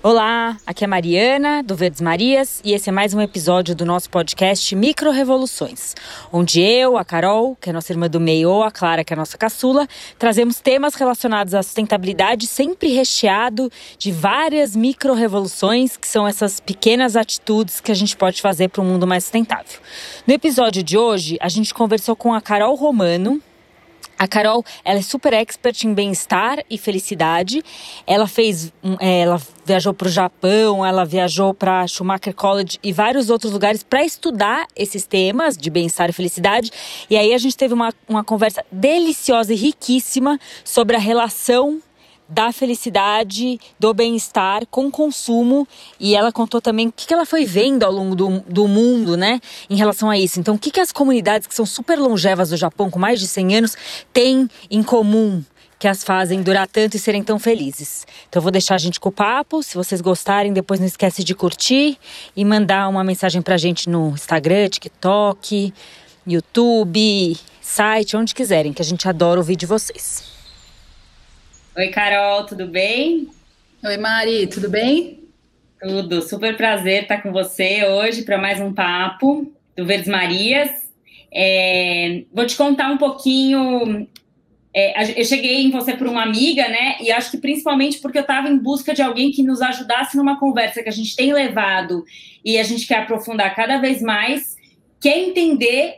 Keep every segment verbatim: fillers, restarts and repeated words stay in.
Olá, aqui é a Mariana, do Verdes Marias, e esse é mais um episódio do nosso podcast Micro Revoluções, onde eu, a Carol, que é nossa irmã do meio, a Clara, que é a nossa caçula, trazemos temas relacionados à sustentabilidade, sempre recheado de várias micro-revoluções, que são essas pequenas atitudes que a gente pode fazer para um mundo mais sustentável. No episódio de hoje, a gente conversou com a Carol Romano. A Carol, ela é super expert em bem-estar e felicidade. Ela fez, ela viajou para o Japão, ela viajou para Schumacher College e vários outros lugares para estudar esses temas de bem-estar e felicidade. E aí a gente teve uma, uma conversa deliciosa e riquíssima sobre a relação da felicidade, do bem-estar com o consumo, e ela contou também o que, que ela foi vendo ao longo do, do mundo, né, em relação a isso. Então, o que, que as comunidades que são super longevas do Japão, com mais de cem anos, têm em comum que as fazem durar tanto e serem tão felizes. Então, eu vou deixar a gente com o papo. Se vocês gostarem, depois não esquece de curtir e mandar uma mensagem pra gente no Instagram, TikTok, YouTube, site, onde quiserem, que a gente adora ouvir de vocês. Oi, Carol, tudo bem? Oi, Mari, tudo bem? Tudo, super prazer estar com você hoje para mais um papo do Verdes Marias. É, vou te contar um pouquinho. É, eu cheguei em você por uma amiga, né? E acho que principalmente porque eu estava em busca de alguém que nos ajudasse numa conversa que a gente tem levado e a gente quer aprofundar cada vez mais, que é entender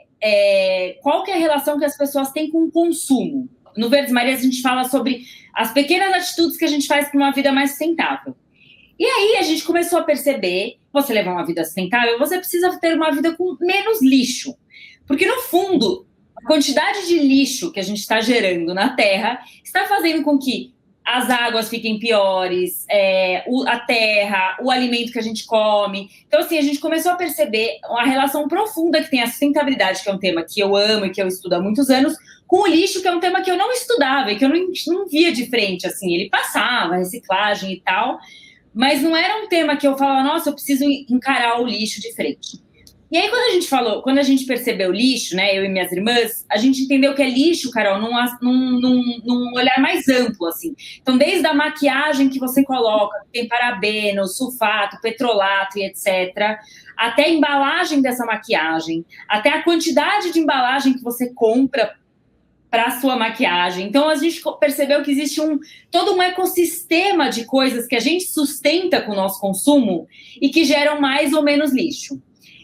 é, qual que é a relação que as pessoas têm com o consumo. No Verdes Marias a gente fala sobre as pequenas atitudes que a gente faz para uma vida mais sustentável. E aí a gente começou a perceber, você levar uma vida sustentável, você precisa ter uma vida com menos lixo. Porque no fundo, a quantidade de lixo que a gente está gerando na Terra está fazendo com que as águas fiquem piores, é, o, a terra, o alimento que a gente come. Então, assim, a gente começou a perceber a relação profunda que tem a sustentabilidade, que é um tema que eu amo e que eu estudo há muitos anos, com o lixo, que é um tema que eu não estudava e que eu não, não via de frente, assim. Ele passava, reciclagem e tal, mas não era um tema que eu falava, nossa, eu preciso encarar o lixo de frente. E aí, quando a gente falou, quando a gente percebeu lixo, né, eu e minhas irmãs, a gente entendeu que é lixo, Carol, num, num, num, num olhar mais amplo, assim. Então, desde a maquiagem que você coloca, que tem parabeno, sulfato, petrolato e etcétera, até a embalagem dessa maquiagem, até a quantidade de embalagem que você compra para a sua maquiagem. Então, a gente percebeu que existe um, todo um ecossistema de coisas que a gente sustenta com o nosso consumo e que geram mais ou menos lixo.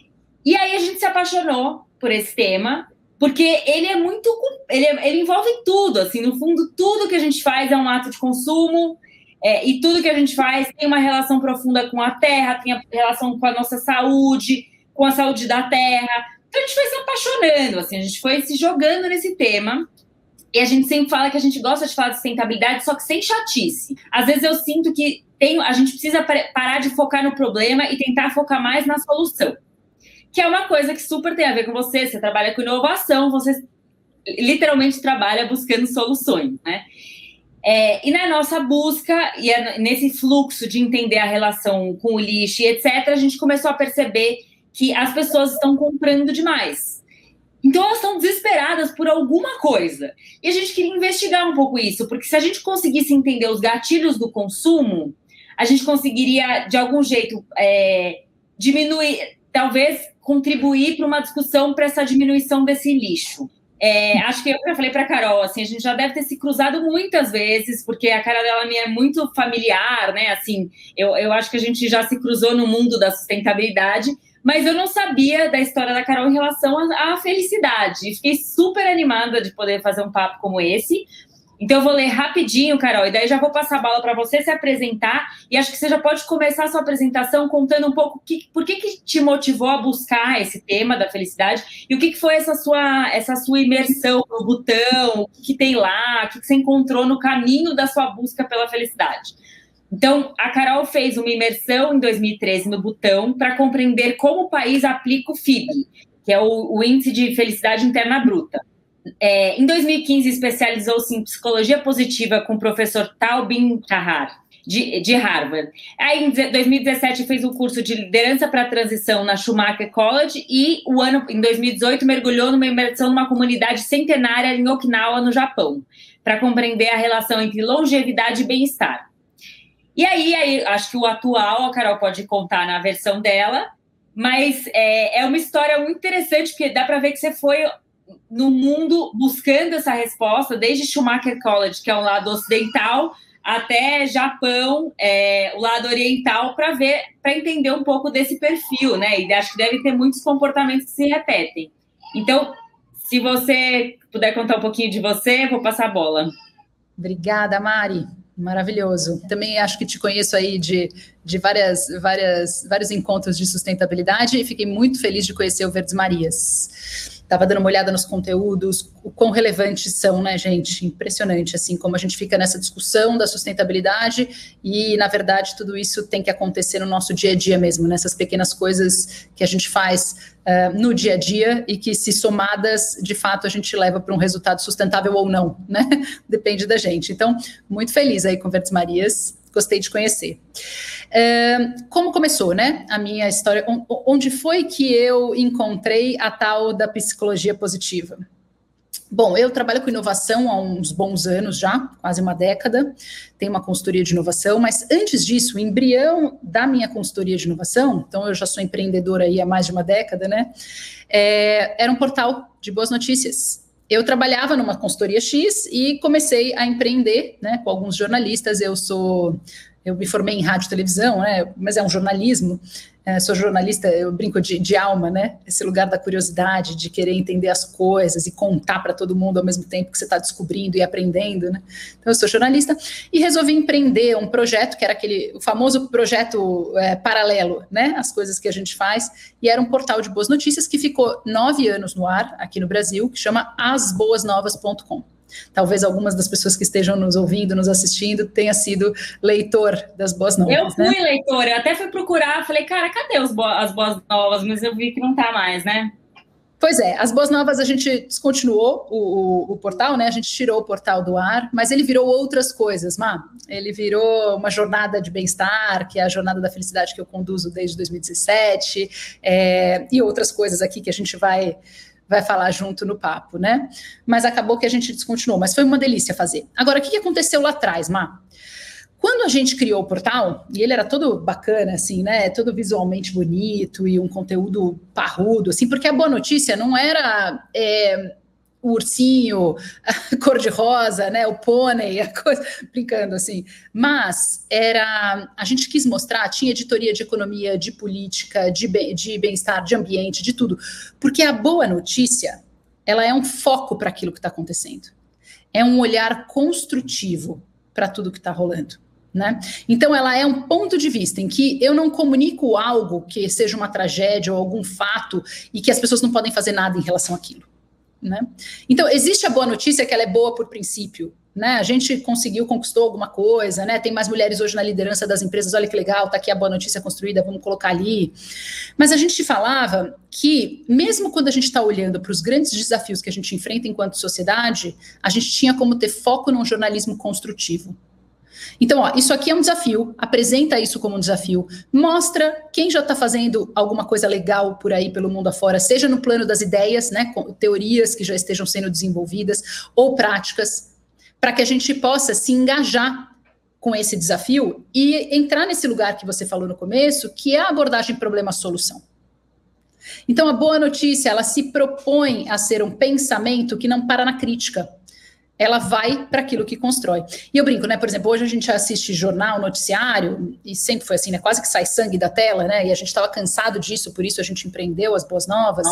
E aí a gente se apaixonou por esse tema, porque ele é muito, ele, é, ele envolve tudo, assim, no fundo, tudo que a gente faz é um ato de consumo, é, e tudo que a gente faz tem uma relação profunda com a terra, tem a relação com a nossa saúde, com a saúde da terra. Então a gente foi se apaixonando, assim, a gente foi se jogando nesse tema. E a gente sempre fala que a gente gosta de falar de sustentabilidade, só que sem chatice. Às vezes eu sinto que tem, a gente precisa parar de focar no problema e tentar focar mais na solução. Que é uma coisa que super tem a ver com você, você trabalha com inovação, você literalmente trabalha buscando soluções, né? É, e na nossa busca, e é nesse fluxo de entender a relação com o lixo e etcétera, a gente começou a perceber que as pessoas estão comprando demais. Então elas estão desesperadas por alguma coisa. E a gente queria investigar um pouco isso, porque se a gente conseguisse entender os gatilhos do consumo, a gente conseguiria, de algum jeito, é, diminuir, talvez contribuir para uma discussão para essa diminuição desse lixo. É, acho que eu já falei para a Carol, assim, a gente já deve ter se cruzado muitas vezes, porque a cara dela me é muito familiar, né? Assim, eu, eu acho que a gente já se cruzou no mundo da sustentabilidade, mas eu não sabia da história da Carol em relação à, à felicidade. E fiquei super animada de poder fazer um papo como esse. Então eu vou ler rapidinho, Carol, e daí já vou passar a bola para você se apresentar, e acho que você já pode começar a sua apresentação contando um pouco que, por que, que te motivou a buscar esse tema da felicidade, e o que, que foi essa sua, essa sua imersão no Butão, o que, que tem lá, o que, que você encontrou no caminho da sua busca pela felicidade. Então, a Carol fez uma imersão em dois mil e treze no Butão para compreender como o país aplica o F I B, que é o, o Índice de Felicidade Interna Bruta. É, em dois mil e quinze, especializou-se em psicologia positiva com o professor Tal Ben-Shahar, de, de Harvard. Aí, em dois mil e dezessete, fez um curso de liderança para a transição na Schumacher College e, o ano, em dois mil e dezoito, mergulhou numa imersão numa comunidade centenária em Okinawa, no Japão, para compreender a relação entre longevidade e bem-estar. E E aí, aí, acho que o atual, a Carol pode contar na versão dela, mas é, é uma história muito interessante, porque dá para ver que você foi no mundo buscando essa resposta, desde Schumacher College, que é o lado ocidental, até Japão, é, o lado oriental, para ver, para entender um pouco desse perfil, né? E acho que deve ter muitos comportamentos que se repetem. Então, se você puder contar um pouquinho de você, vou passar a bola. Obrigada, Mari. Maravilhoso. Também acho que te conheço aí de, de várias, várias, vários encontros de sustentabilidade e fiquei muito feliz de conhecer o Verdes Marias. Estava dando uma olhada nos conteúdos, o quão relevantes são, né, gente? Impressionante, assim, como a gente fica nessa discussão da sustentabilidade e, na verdade, tudo isso tem que acontecer no nosso dia a dia mesmo, nessas pequenas coisas que a gente faz uh, no dia a dia e que, se somadas, de fato, a gente leva para um resultado sustentável ou não, né? Depende da gente. Então, muito feliz aí com Verdes Marias. Gostei de conhecer. Uh, como começou, né, a minha história? Onde foi que eu encontrei a tal da psicologia positiva? Bom, eu trabalho com inovação há uns bons anos já, quase uma década, tenho uma consultoria de inovação, mas antes disso, o embrião da minha consultoria de inovação, então eu já sou empreendedora aí há mais de uma década, né, é, era um portal de boas notícias. Eu trabalhava numa consultoria X e comecei a empreender, né, com alguns jornalistas. Eu sou, eu me formei em rádio e televisão, né, mas é um jornalismo. É, sou jornalista, eu brinco de, de alma, né? Esse lugar da curiosidade, de querer entender as coisas e contar para todo mundo ao mesmo tempo que você está descobrindo e aprendendo, né? Então, eu sou jornalista e resolvi empreender um projeto que era aquele o famoso projeto é, paralelo, né? As coisas que a gente faz, e era um portal de boas notícias que ficou nove anos no ar aqui no Brasil, que chama as boas novas ponto com. Talvez algumas das pessoas que estejam nos ouvindo, nos assistindo, tenha sido leitor das Boas Novas. Eu fui né? leitora, eu até fui procurar, falei, cara, cadê os bo- as Boas Novas? Mas eu vi que não tá mais, né? Pois é, as Boas Novas a gente descontinuou o, o, o portal, né? A gente tirou o portal do ar, mas ele virou outras coisas, Má. Ele virou uma jornada de bem-estar, que é a jornada da felicidade que eu conduzo desde dois mil e dezessete, é, e outras coisas aqui que a gente vai... vai falar junto no papo, né? Mas acabou que a gente descontinuou, mas foi uma delícia fazer. Agora, o que aconteceu lá atrás, Má? Quando a gente criou o portal, e ele era todo bacana, assim, né? Todo visualmente bonito e um conteúdo parrudo, assim, porque a boa notícia não era... É, o ursinho, a cor-de-rosa, né, o pônei, a coisa, brincando assim, mas era, a gente quis mostrar, tinha editoria de economia, de política, de, bem, de bem-estar, de ambiente, de tudo, porque a boa notícia, ela é um foco para aquilo que está acontecendo, é um olhar construtivo para tudo que está rolando. Né? Então ela é um ponto de vista em que eu não comunico algo que seja uma tragédia ou algum fato e que as pessoas não podem fazer nada em relação àquilo. Né? Então, existe a boa notícia que ela é boa por princípio, né? A gente conseguiu, conquistou alguma coisa, né? Tem mais mulheres hoje na liderança das empresas, olha que legal, tá aqui a boa notícia construída, vamos colocar ali. Mas a gente falava que, mesmo quando a gente está olhando para os grandes desafios que a gente enfrenta enquanto sociedade, a gente tinha como ter foco num jornalismo construtivo. Então, ó, isso aqui é um desafio, apresenta isso como um desafio, mostra quem já está fazendo alguma coisa legal por aí pelo mundo afora, seja no plano das ideias, né, com teorias que já estejam sendo desenvolvidas, ou práticas, para que a gente possa se engajar com esse desafio e entrar nesse lugar que você falou no começo, que é a abordagem problema-solução. Então, a boa notícia, ela se propõe a ser um pensamento que não para na crítica, ela vai para aquilo que constrói. E eu brinco, né? Por exemplo, hoje a gente assiste jornal, noticiário, e sempre foi assim, né? Quase que sai sangue da tela, né? E a gente estava cansado disso, por isso a gente empreendeu as Boas Novas.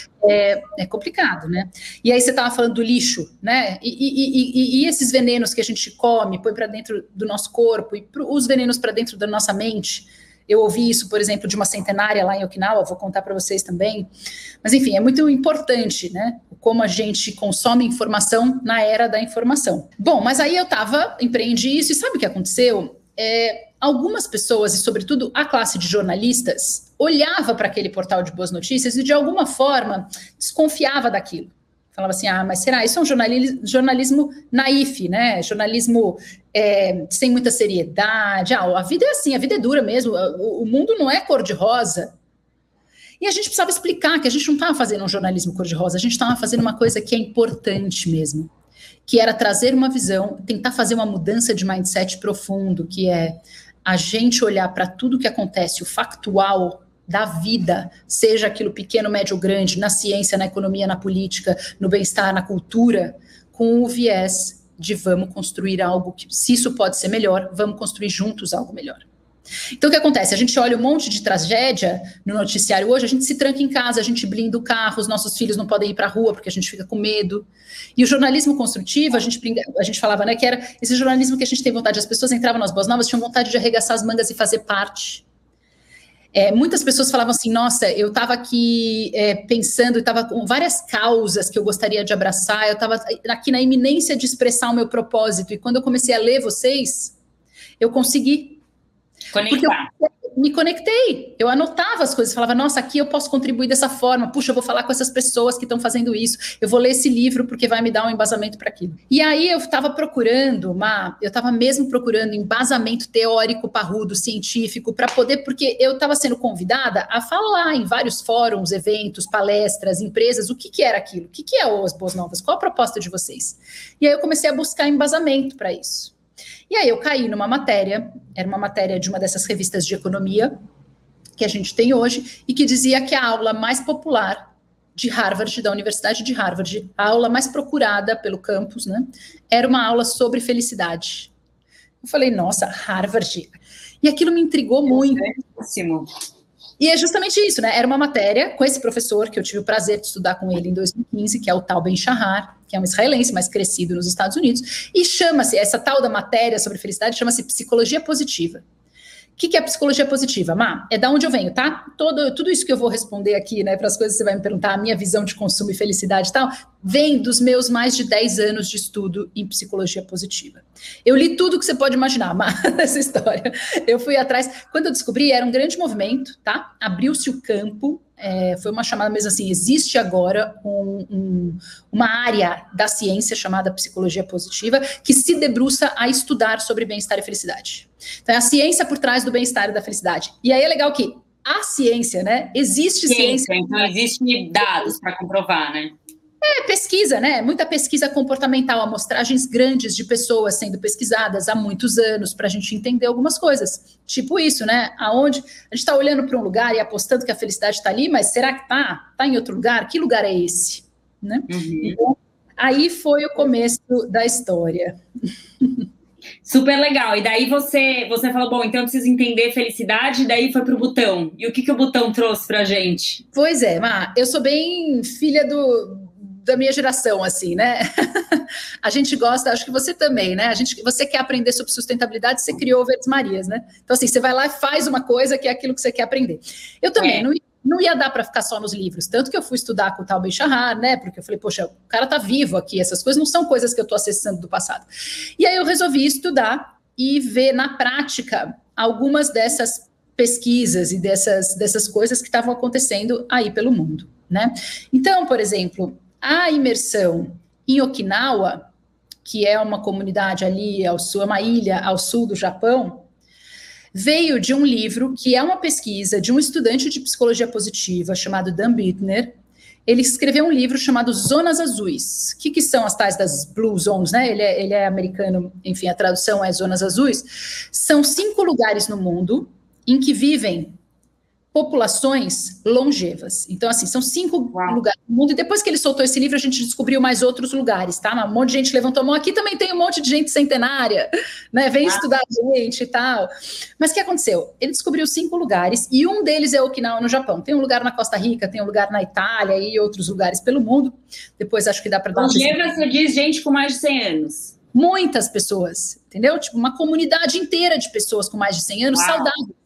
É, é complicado, né? E aí você estava falando do lixo, né? E, e, e, e esses venenos que a gente come, põe para dentro do nosso corpo, e pro, os venenos para dentro da nossa mente. Eu ouvi isso, por exemplo, de uma centenária lá em Okinawa, vou contar para vocês também. Mas, enfim, é muito importante, né? Como a gente consome informação na era da informação. Bom, mas aí eu estava, empreendi isso, e sabe o que aconteceu? É, algumas pessoas, e sobretudo a classe de jornalistas, olhava para aquele portal de boas notícias e, de alguma forma, desconfiava daquilo. Falava assim, ah, mas será? Isso é um jornalismo, jornalismo naif, né? Jornalismo é, sem muita seriedade. Ah, a vida é assim, a vida é dura mesmo. O, o mundo não é cor-de-rosa. E a gente precisava explicar que a gente não estava fazendo um jornalismo cor-de-rosa, a gente estava fazendo uma coisa que é importante mesmo, que era trazer uma visão, tentar fazer uma mudança de mindset profundo, que é a gente olhar para tudo que acontece, o factual da vida, seja aquilo pequeno, médio ou grande, na ciência, na economia, na política, no bem-estar, na cultura, com o viés de vamos construir algo que, se isso pode ser melhor, vamos construir juntos algo melhor. Então, o que acontece? A gente olha um monte de tragédia no noticiário hoje, a gente se tranca em casa, a gente blinda o carro, os nossos filhos não podem ir para a rua porque a gente fica com medo. E o jornalismo construtivo, a gente, a gente falava, né, que era esse jornalismo que a gente tem vontade, as pessoas entravam nas Boas Novas, tinham vontade de arregaçar as mangas e fazer parte. É, muitas pessoas falavam assim, nossa, eu estava aqui é, pensando, eu estava com várias causas que eu gostaria de abraçar, eu estava aqui na iminência de expressar o meu propósito, e quando eu comecei a ler vocês, eu consegui. Conectar. Porque eu me conectei, eu anotava as coisas, falava, nossa, aqui eu posso contribuir dessa forma, puxa, eu vou falar com essas pessoas que estão fazendo isso, eu vou ler esse livro porque vai me dar um embasamento para aquilo. E aí eu estava procurando, uma, eu estava mesmo procurando embasamento teórico, parrudo, científico, para poder, porque eu estava sendo convidada a falar em vários fóruns, eventos, palestras, empresas, o que, que era aquilo, o que, que é as Boas Novas, qual a proposta de vocês? E aí eu comecei a buscar embasamento para isso. E aí eu caí numa matéria, era uma matéria de uma dessas revistas de economia que a gente tem hoje, e que dizia que a aula mais popular de Harvard, da Universidade de Harvard, a aula mais procurada pelo campus, né, era uma aula sobre felicidade. Eu falei, nossa, Harvard. E aquilo me intrigou muito. Péssimo. E é justamente isso, né? Era uma matéria com esse professor, que eu tive o prazer de estudar com ele em dois mil e quinze, que é o Tal Ben-Shahar, que é um israelense, mas crescido nos Estados Unidos, e chama-se, essa tal da matéria sobre felicidade, chama-se Psicologia Positiva. O que, que é psicologia positiva, Má? É da onde eu venho, tá? Todo, tudo isso que eu vou responder aqui, né, para as coisas que você vai me perguntar, a minha visão de consumo e felicidade e tal, vem dos meus mais de dez anos de estudo em psicologia positiva. Eu li tudo que você pode imaginar, Má, nessa história. Eu fui atrás, quando eu descobri, era um grande movimento, tá? Abriu-se o campo, é, foi uma chamada mesmo assim, existe agora um, um, uma área da ciência chamada psicologia positiva que se debruça a estudar sobre bem-estar e felicidade. Então é a ciência por trás do bem-estar e da felicidade. E aí é legal que a ciência, né, existe ciência... ciência então existe dados para comprovar, né? É, pesquisa, né? Muita pesquisa comportamental, amostragens grandes de pessoas sendo pesquisadas há muitos anos para a gente entender algumas coisas. Tipo isso, né? Aonde a gente está olhando para um lugar e apostando que a felicidade está ali, mas será que está? Está em outro lugar? Que lugar é esse? Né? Uhum. Então, aí foi o começo da história. Super legal. E daí você, você falou, bom, então eu preciso entender felicidade, e daí foi pro Butão. E o que, que o Butão trouxe pra gente? Pois é, Má, eu sou bem filha do... da minha geração, assim, né? A gente gosta, acho que você também, né? A gente, você quer aprender sobre sustentabilidade, você criou o Verdes Marias, né? Então, assim, você vai lá e faz uma coisa que é aquilo que você quer aprender. Eu também, é. não, não ia dar para ficar só nos livros, tanto que eu fui estudar com o Tal Ben-Shahar, né? Porque eu falei, poxa, o cara tá vivo aqui, essas coisas não são coisas que eu tô acessando do passado. E aí eu resolvi estudar e ver na prática algumas dessas pesquisas e dessas, dessas coisas que estavam acontecendo aí pelo mundo, né? Então, por exemplo... a imersão em Okinawa, que é uma comunidade ali ao sul, é uma ilha ao sul do Japão, veio de um livro que é uma pesquisa de um estudante de psicologia positiva chamado Dan Bittner. Ele escreveu um livro chamado Zonas Azuis. O que, que são as tais das Blue Zones, né? Ele é, ele é americano, enfim, a tradução é Zonas Azuis. São cinco lugares no mundo em que vivem populações longevas. Então, assim, são cinco Uau. lugares no mundo, e depois que ele soltou esse livro, a gente descobriu mais outros lugares, tá? Um monte de gente levantou a mão, aqui também tem um monte de gente centenária, né? Vem ah. estudar a gente e tal. Mas o que aconteceu? Ele descobriu cinco lugares, e um deles é Okinawa, no Japão. Tem um lugar na Costa Rica, tem um lugar na Itália, e outros lugares pelo mundo. Depois acho que dá para dar... Longeva, você diz gente com mais de cem anos. Muitas pessoas, entendeu? Tipo, uma comunidade inteira de pessoas com mais de cem anos, Uau. saudáveis.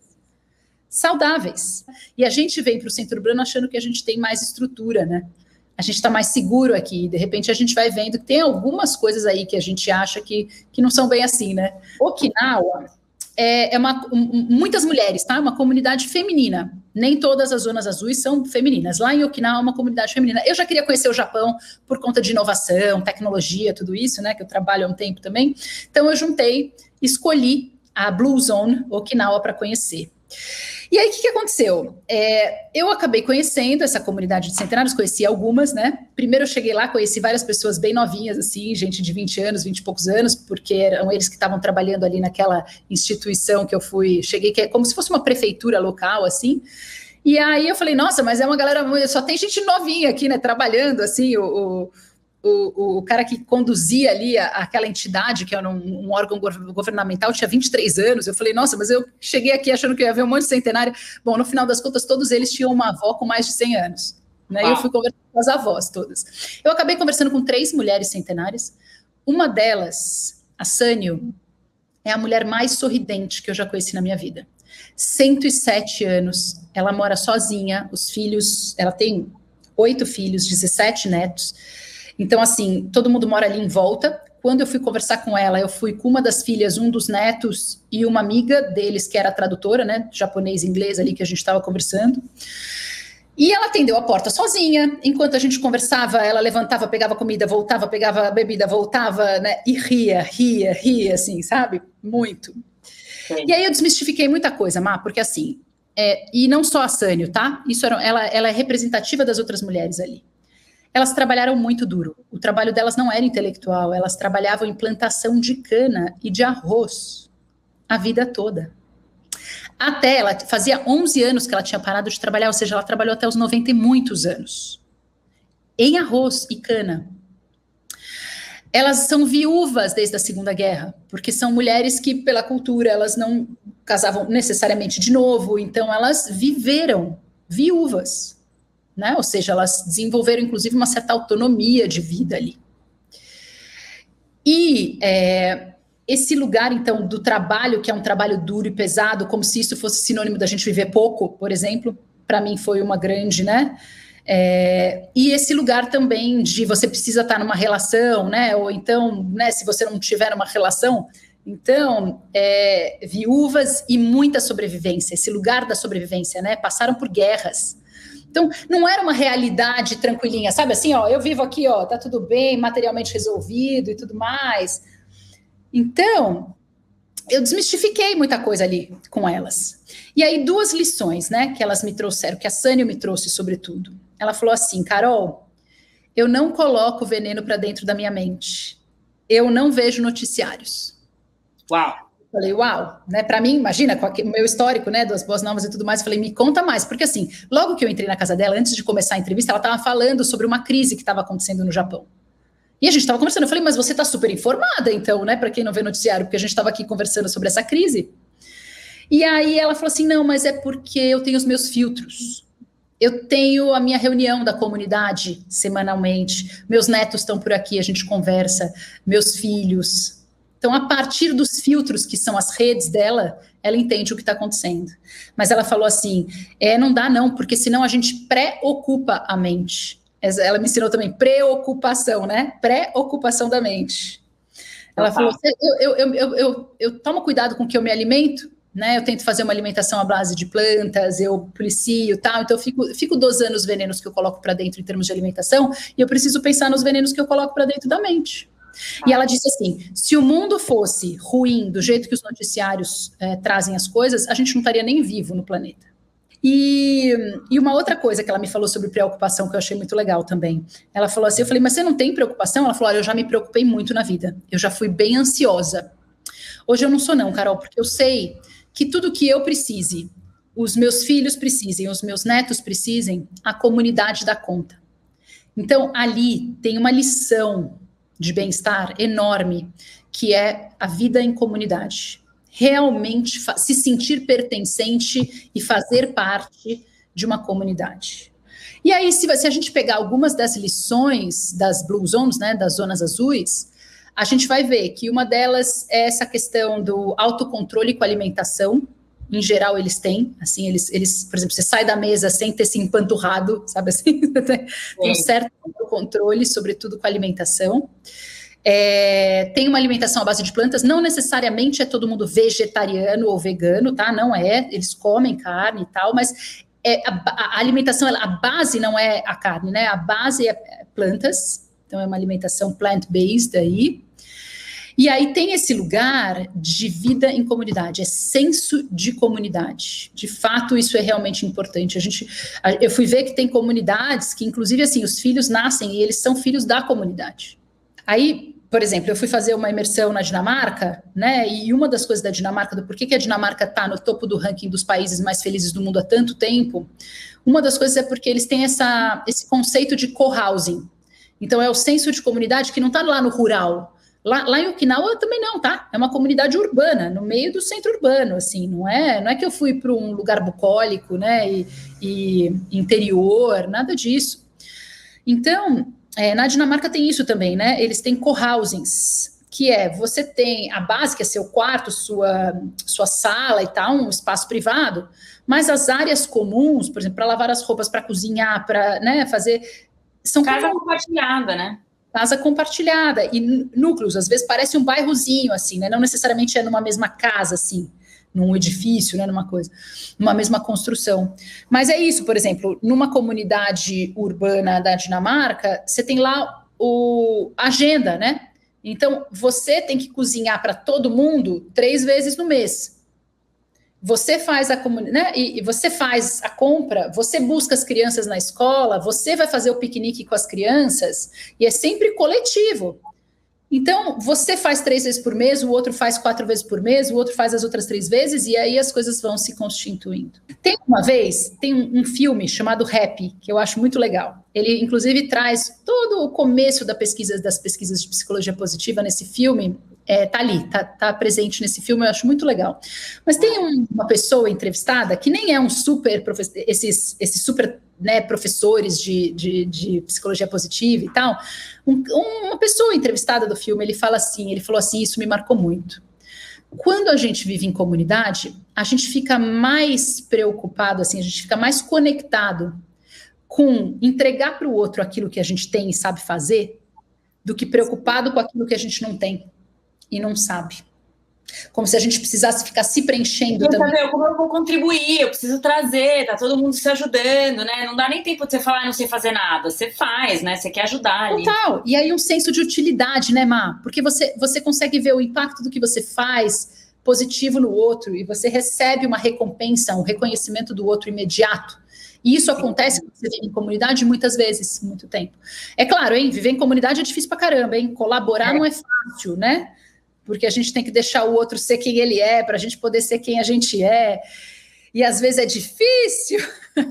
saudáveis. E a gente vem para o centro urbano achando que a gente tem mais estrutura, né? A gente está mais seguro aqui. De repente a gente vai vendo que tem algumas coisas aí que a gente acha que, que não são bem assim, né? Okinawa é, é uma, um, muitas mulheres, tá? Uma comunidade feminina. Nem todas as zonas azuis são femininas. Lá em Okinawa é uma comunidade feminina. Eu já queria conhecer o Japão por conta de inovação, tecnologia, tudo isso, né? Que eu trabalho há um tempo também. Então eu juntei, escolhi a Blue Zone Okinawa para conhecer. E aí, o que, que aconteceu? É, eu acabei conhecendo essa comunidade de centenários, conheci algumas, né? Primeiro eu cheguei lá, conheci várias pessoas bem novinhas, assim, gente de vinte anos, vinte e poucos anos, porque eram eles que estavam trabalhando ali naquela instituição que eu fui, cheguei, que é como se fosse uma prefeitura local, assim. E aí eu falei, nossa, mas é uma galera, só tem gente novinha aqui, né, trabalhando, assim, o... o O, o cara que conduzia ali a, aquela entidade, que era um, um órgão governamental, tinha vinte e três anos. Eu falei, nossa, mas eu cheguei aqui achando que ia ver um monte de centenário. Bom, no final das contas, todos eles tinham uma avó com mais de cem anos. Né? E eu fui conversando com as avós todas. Eu acabei conversando com três mulheres centenárias. Uma delas, a Sânio, é a mulher mais sorridente que eu já conheci na minha vida. cento e sete anos, ela mora sozinha, os filhos, ela tem oito filhos, dezessete netos. Então, assim, todo mundo mora ali em volta. Quando eu fui conversar com ela, eu fui com uma das filhas, um dos netos e uma amiga deles, que era tradutora, né, japonês e inglês ali, que a gente estava conversando. E ela atendeu a porta sozinha. Enquanto a gente conversava, ela levantava, pegava comida, voltava, pegava bebida, voltava, né, e ria, ria, ria, assim, sabe? Muito. Sim. E aí eu desmistifiquei muita coisa, Má, porque assim, é, e não só a Sânio, tá? Isso era, ela, ela é representativa das outras mulheres ali. Elas trabalharam muito duro. O trabalho delas não era intelectual, elas trabalhavam em plantação de cana e de arroz a vida toda. Até ela fazia onze anos que ela tinha parado de trabalhar, ou seja, ela trabalhou até os noventa e muitos anos. Em arroz e cana. Elas são viúvas desde a Segunda Guerra, porque são mulheres que, pela cultura, elas não casavam necessariamente de novo, então elas viveram viúvas. Né? Ou seja, elas desenvolveram, inclusive, uma certa autonomia de vida ali. E é, esse lugar, então, do trabalho, que é um trabalho duro e pesado, como se isso fosse sinônimo da gente viver pouco, por exemplo, para mim foi uma grande, né? É, e esse lugar também de você precisa estar numa relação, né? Ou então, né, se você não tiver uma relação, então, é, viúvas e muita sobrevivência, esse lugar da sobrevivência, né? Passaram por guerras. Então, não era uma realidade tranquilinha, sabe assim, ó, eu vivo aqui, ó, tá tudo bem, materialmente resolvido e tudo mais. Então, eu desmistifiquei muita coisa ali com elas. E aí, duas lições, né, que elas me trouxeram, que a Sânio me trouxe, sobretudo. Ela falou assim, Carol, eu não coloco veneno para dentro da minha mente. Eu não vejo noticiários. Uau! Falei, uau, né? Para mim, imagina, com o meu histórico, né, das boas novas e tudo mais, falei, me conta mais, porque assim, logo que eu entrei na casa dela, antes de começar a entrevista, ela estava falando sobre uma crise que estava acontecendo no Japão. E a gente estava conversando, eu falei, mas você está super informada, então, né, para quem não vê noticiário, porque a gente estava aqui conversando sobre essa crise. E aí ela falou assim, não, mas é porque eu tenho os meus filtros. Eu tenho a minha reunião da comunidade semanalmente, meus netos estão por aqui, a gente conversa, meus filhos. Então, a partir dos filtros, que são as redes dela, ela entende o que está acontecendo. Mas ela falou assim, é, não dá não, porque senão a gente pré-ocupa a mente. Ela me ensinou também, preocupação, né? Pré-ocupação da mente. Ela falou, eu, eu, eu, eu, eu, eu tomo cuidado com o que eu me alimento, né? Eu tento fazer uma alimentação à base de plantas, eu policio e tal, então eu fico, fico dosando os venenos que eu coloco para dentro em termos de alimentação, e eu preciso pensar nos venenos que eu coloco para dentro da mente. E ela disse assim, se o mundo fosse ruim do jeito que os noticiários é, trazem as coisas, a gente não estaria nem vivo no planeta. E, e uma outra coisa que ela me falou sobre preocupação, que eu achei muito legal também, ela falou assim, eu falei, mas você não tem preocupação? Ela falou, olha, eu já me preocupei muito na vida, eu já fui bem ansiosa. Hoje eu não sou não, Carol, porque eu sei que tudo que eu precise, os meus filhos precisem, os meus netos precisem, a comunidade dá conta. Então, ali tem uma lição de bem-estar enorme, que é a vida em comunidade. Realmente se sentir pertencente e fazer parte de uma comunidade. E aí, se, se a gente pegar algumas das lições das Blue Zones, né, das zonas azuis, a gente vai ver que uma delas é essa questão do autocontrole com a alimentação. Em geral, eles têm, assim, eles, eles, por exemplo, você sai da mesa sem ter se empanturrado, sabe assim? Tem um certo controle, sobretudo com a alimentação. É, tem uma alimentação à base de plantas, não necessariamente é todo mundo vegetariano ou vegano, tá? Não é, eles comem carne e tal, mas é, a, a alimentação, a base não é a carne, né? A base é plantas, então é uma alimentação plant-based aí. E aí tem esse lugar de vida em comunidade, é senso de comunidade. De fato, isso é realmente importante. A gente, eu fui ver que tem comunidades que, inclusive, assim, os filhos nascem e eles são filhos da comunidade. Aí, por exemplo, eu fui fazer uma imersão na Dinamarca, né? E uma das coisas da Dinamarca, do porquê que a Dinamarca está no topo do ranking dos países mais felizes do mundo há tanto tempo, uma das coisas é porque eles têm essa, esse conceito de co-housing. Então, é o senso de comunidade que não está lá no rural. Lá, lá em Okinawa também não, tá? É uma comunidade urbana, no meio do centro urbano, assim, não é, não é que eu fui para um lugar bucólico, né, e, e interior, nada disso. Então, é, na Dinamarca tem isso também, né? Eles têm co-housings, que é, você tem a base, que é seu quarto, sua, sua sala e tal, um espaço privado, mas as áreas comuns, por exemplo, para lavar as roupas, para cozinhar, para, né, fazer... São casa compartilhada, né? Casa compartilhada, e núcleos, às vezes parece um bairrozinho, assim, né? Não necessariamente é numa mesma casa, assim, num edifício, né? Numa coisa, numa mesma construção. Mas é isso, por exemplo, numa comunidade urbana da Dinamarca, você tem lá o a agenda, né? Então, você tem que cozinhar para todo mundo três vezes no mês. Você faz a comunidade, né? E, e você faz a compra, você busca as crianças na escola, você vai fazer o piquenique com as crianças, e é sempre coletivo. Então, você faz três vezes por mês, o outro faz quatro vezes por mês, o outro faz as outras três vezes, e aí as coisas vão se constituindo. Tem uma vez, tem um, um filme chamado Happy, que eu acho muito legal. Ele, inclusive, traz todo o começo da pesquisa, das pesquisas de psicologia positiva nesse filme. É, tá ali, tá, tá presente nesse filme, eu acho muito legal. Mas tem um, uma pessoa entrevistada que nem é um super professor, esses, esses super, né, professores de, de, de psicologia positiva e tal. Um, uma pessoa entrevistada do filme, ele fala assim, ele falou assim, isso me marcou muito. Quando a gente vive em comunidade, a gente fica mais preocupado, assim, a gente fica mais conectado com entregar para o outro aquilo que a gente tem e sabe fazer, do que preocupado com aquilo que a gente não tem e não sabe. Como se a gente precisasse ficar se preenchendo eu também. Saber, como eu vou contribuir, eu preciso trazer, tá todo mundo se ajudando, né? Não dá nem tempo de você falar, não sei fazer nada. Você faz, né? Você quer ajudar ali. Total. E aí um senso de utilidade, né, Má? Porque você, você consegue ver o impacto do que você faz positivo no outro e você recebe uma recompensa, um reconhecimento do outro imediato. E isso acontece quando você vive em comunidade muitas vezes, muito tempo. É claro, hein? Viver em comunidade é difícil pra caramba, hein? Colaborar é. Não é fácil, né? Porque a gente tem que deixar o outro ser quem ele é, para a gente poder ser quem a gente é. E às vezes é difícil.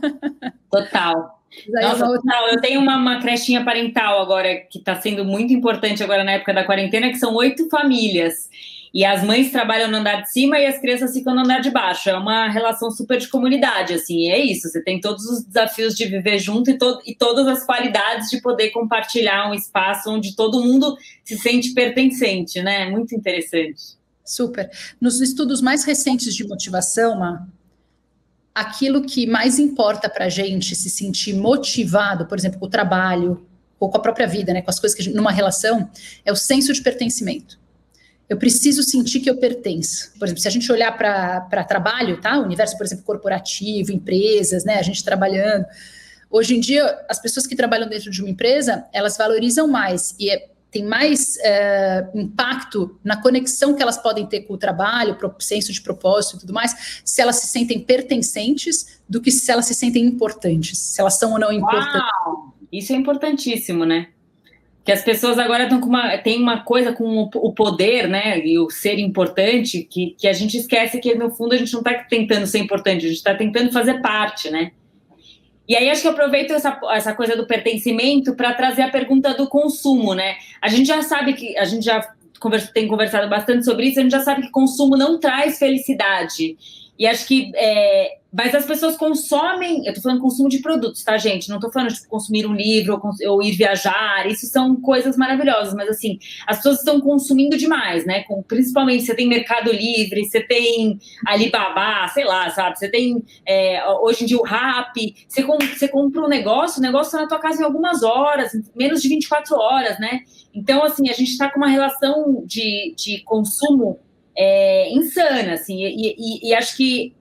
Total. Nossa, eu, total. Eu tenho uma, uma crechinha parental agora, que está sendo muito importante agora na época da quarentena, que são oito famílias. E as mães trabalham no andar de cima e as crianças ficam no andar de baixo. É uma relação super de comunidade, assim. E é isso, você tem todos os desafios de viver junto e, to- e todas as qualidades de poder compartilhar um espaço onde todo mundo se sente pertencente, né? Muito interessante. Super. Nos estudos mais recentes de motivação, Má, aquilo que mais importa para a gente se sentir motivado, por exemplo, com o trabalho, ou com a própria vida, né? Com as coisas que a gente, numa relação, é o senso de pertencimento. Eu preciso sentir que eu pertenço. Por exemplo, se a gente olhar para trabalho, tá? O universo, por exemplo, corporativo, empresas, né? A gente trabalhando. Hoje em dia, as pessoas que trabalham dentro de uma empresa, elas valorizam mais e é, tem mais é, impacto na conexão que elas podem ter com o trabalho, pro, senso de propósito e tudo mais, se elas se sentem pertencentes do que se elas se sentem importantes, se elas são ou não importantes. Uau! Isso é importantíssimo, né? Que as pessoas agora estão com uma, tem uma coisa com o poder, né, e o ser importante, que, que a gente esquece que, no fundo, a gente não está tentando ser importante, a gente está tentando fazer parte, né? E aí, acho que eu aproveito essa, essa coisa do pertencimento para trazer a pergunta do consumo, né? A gente já sabe que, a gente já conversa, tem conversado bastante sobre isso, a gente já sabe que consumo não traz felicidade. E acho que... É, mas as pessoas consomem... Eu tô falando consumo de produtos, tá, gente? Não tô falando de consumir um livro ou, ou ir viajar. Isso são coisas maravilhosas. Mas, assim, as pessoas estão consumindo demais, né? Com, principalmente, você tem Mercado Livre, você tem Alibaba, sei lá, sabe? Você tem, é, hoje em dia, o Rappi. Você, com, você compra um negócio, o negócio tá na tua casa em algumas horas, menos de vinte e quatro horas, né? Então, assim, a gente tá com uma relação de, de consumo... É, insana, assim, e, e, e acho que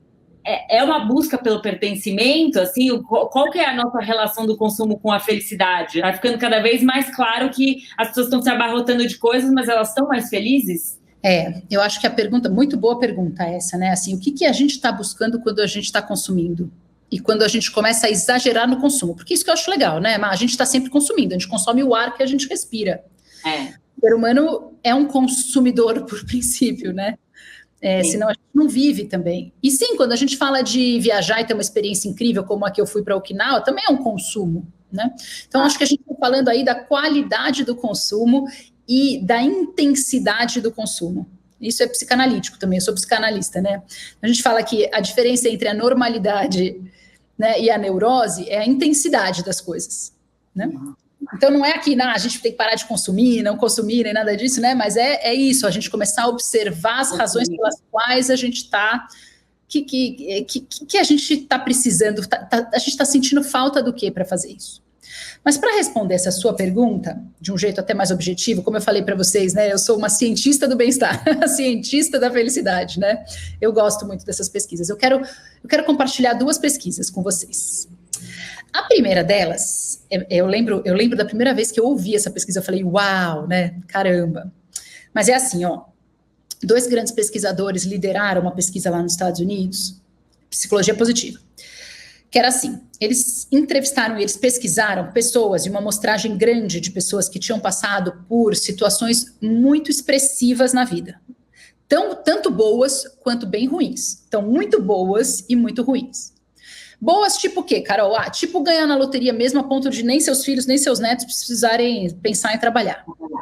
é, é uma busca pelo pertencimento, assim, qual que é a nossa relação do consumo com a felicidade? Tá ficando cada vez mais claro que as pessoas estão se abarrotando de coisas, mas elas estão mais felizes? É, eu acho que a pergunta, muito boa pergunta essa, né? Assim, o que, que a gente está buscando quando a gente está consumindo? E quando a gente começa a exagerar no consumo? Porque isso que eu acho legal, né? Mas a gente está sempre consumindo, a gente consome o ar que a gente respira. É. O ser humano é um consumidor por princípio, né? É, senão a gente não vive também. E sim, quando a gente fala de viajar e ter uma experiência incrível, como a que eu fui para Okinawa, também é um consumo, né? Então, acho que a gente está falando aí da qualidade do consumo e da intensidade do consumo. Isso é psicanalítico também, eu sou psicanalista, né? A gente fala que a diferença entre a normalidade, né, e a neurose é a intensidade das coisas, né? Então não é aqui, não, a gente tem que parar de consumir, não consumir, nem nada disso, né? Mas é, é isso, a gente começar a observar as razões pelas quais a gente está, que, que, que, que a gente está precisando, tá, tá, a gente está sentindo falta do que para fazer isso? Mas para responder essa sua pergunta, de um jeito até mais objetivo, como eu falei para vocês, né? Eu sou uma cientista do bem-estar, cientista da felicidade, né? Eu gosto muito dessas pesquisas. Eu quero, eu quero compartilhar duas pesquisas com vocês. A primeira delas, eu lembro, eu lembro da primeira vez que eu ouvi essa pesquisa, eu falei, uau, né? Caramba. Mas é assim, ó, dois grandes pesquisadores lideraram uma pesquisa lá nos Estados Unidos, psicologia positiva, que era assim, eles entrevistaram e eles pesquisaram pessoas, e uma amostragem grande de pessoas que tinham passado por situações muito expressivas na vida. Tão, tanto boas quanto bem ruins. Então, muito boas e muito ruins. Boas tipo o quê, Carol? Ah, tipo ganhar na loteria mesmo a ponto de nem seus filhos, nem seus netos precisarem pensar em trabalhar.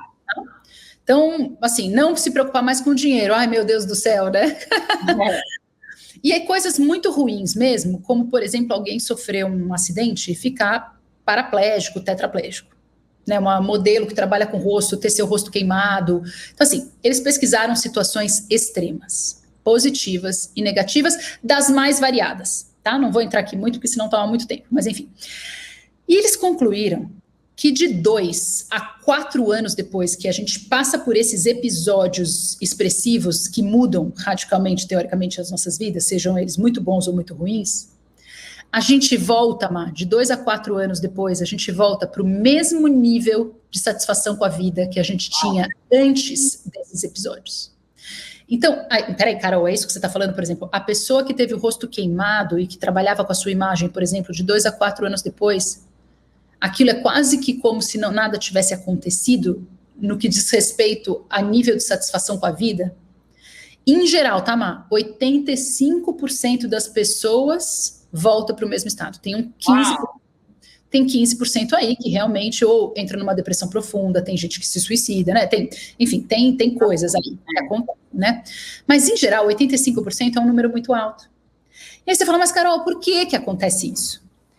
Então, assim, não se preocupar mais com o dinheiro. Ai, meu Deus do céu, né? É. E aí coisas muito ruins mesmo, como, por exemplo, alguém sofrer um acidente e ficar paraplégico, tetraplégico. Né? Uma modelo que trabalha com o rosto, ter seu rosto queimado. Então, assim, eles pesquisaram situações extremas, positivas e negativas, das mais variadas. Tá? Não vou entrar aqui muito, porque senão toma muito tempo, mas enfim. E eles concluíram que de dois a quatro anos depois que a gente passa por esses episódios expressivos que mudam radicalmente, teoricamente, as nossas vidas, sejam eles muito bons ou muito ruins, a gente volta, Má, de dois a quatro anos depois, a gente volta para o mesmo nível de satisfação com a vida que a gente tinha antes desses episódios. Então, ai, peraí, Carol, é isso que você está falando, por exemplo, a pessoa que teve o rosto queimado e que trabalhava com a sua imagem, por exemplo, de dois a quatro anos depois, aquilo é quase que como se não, nada tivesse acontecido no que diz respeito a nível de satisfação com a vida. Em geral, tá, Má? oitenta e cinco por cento das pessoas volta para o mesmo estado. Tem um quinze por cento. Tem quinze por cento aí que realmente ou entra numa depressão profunda, tem gente que se suicida, né? Tem, enfim, tem, tem coisas aí que acontecem, né? Mas, em geral, oitenta e cinco por cento é um número muito alto. E aí você fala, mas, Carol, por que que acontece isso?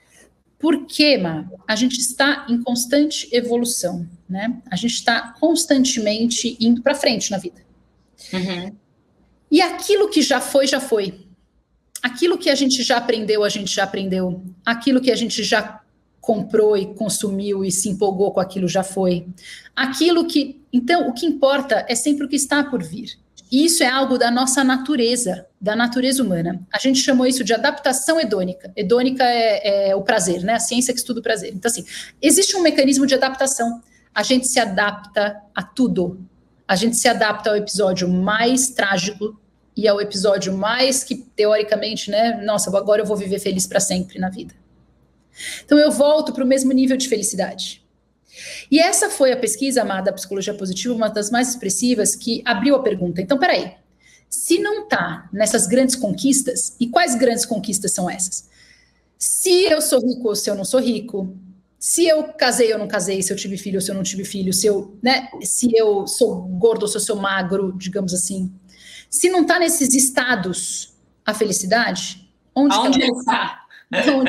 Porque, Má, a gente está em constante evolução, né? A gente está constantemente indo para frente na vida. Uhum. E aquilo que já foi, já foi. Aquilo que a gente já aprendeu, a gente já aprendeu. Aquilo que a gente já comprou e consumiu e se empolgou com aquilo já foi. Aquilo que... Então, o que importa é sempre o que está por vir. E isso é algo da nossa natureza, da natureza humana. A gente chamou isso de adaptação hedônica. Hedônica é, é o prazer, né? A ciência que estuda o prazer. Então, assim, existe um mecanismo de adaptação. A gente se adapta a tudo. A gente se adapta ao episódio mais trágico e ao episódio mais que, teoricamente, né? Nossa, agora eu vou viver feliz para sempre na vida. Então, eu volto para o mesmo nível de felicidade. E essa foi a pesquisa, amada, da psicologia positiva, uma das mais expressivas, que abriu a pergunta. Então, peraí, se não está nessas grandes conquistas, e quais grandes conquistas são essas? Se eu sou rico ou se eu não sou rico, se eu casei ou não casei, se eu tive filho ou se eu não tive filho, se eu, né, se eu sou gordo ou se eu sou magro, digamos assim. Se não está nesses estados a felicidade, onde, onde ela está? Onde...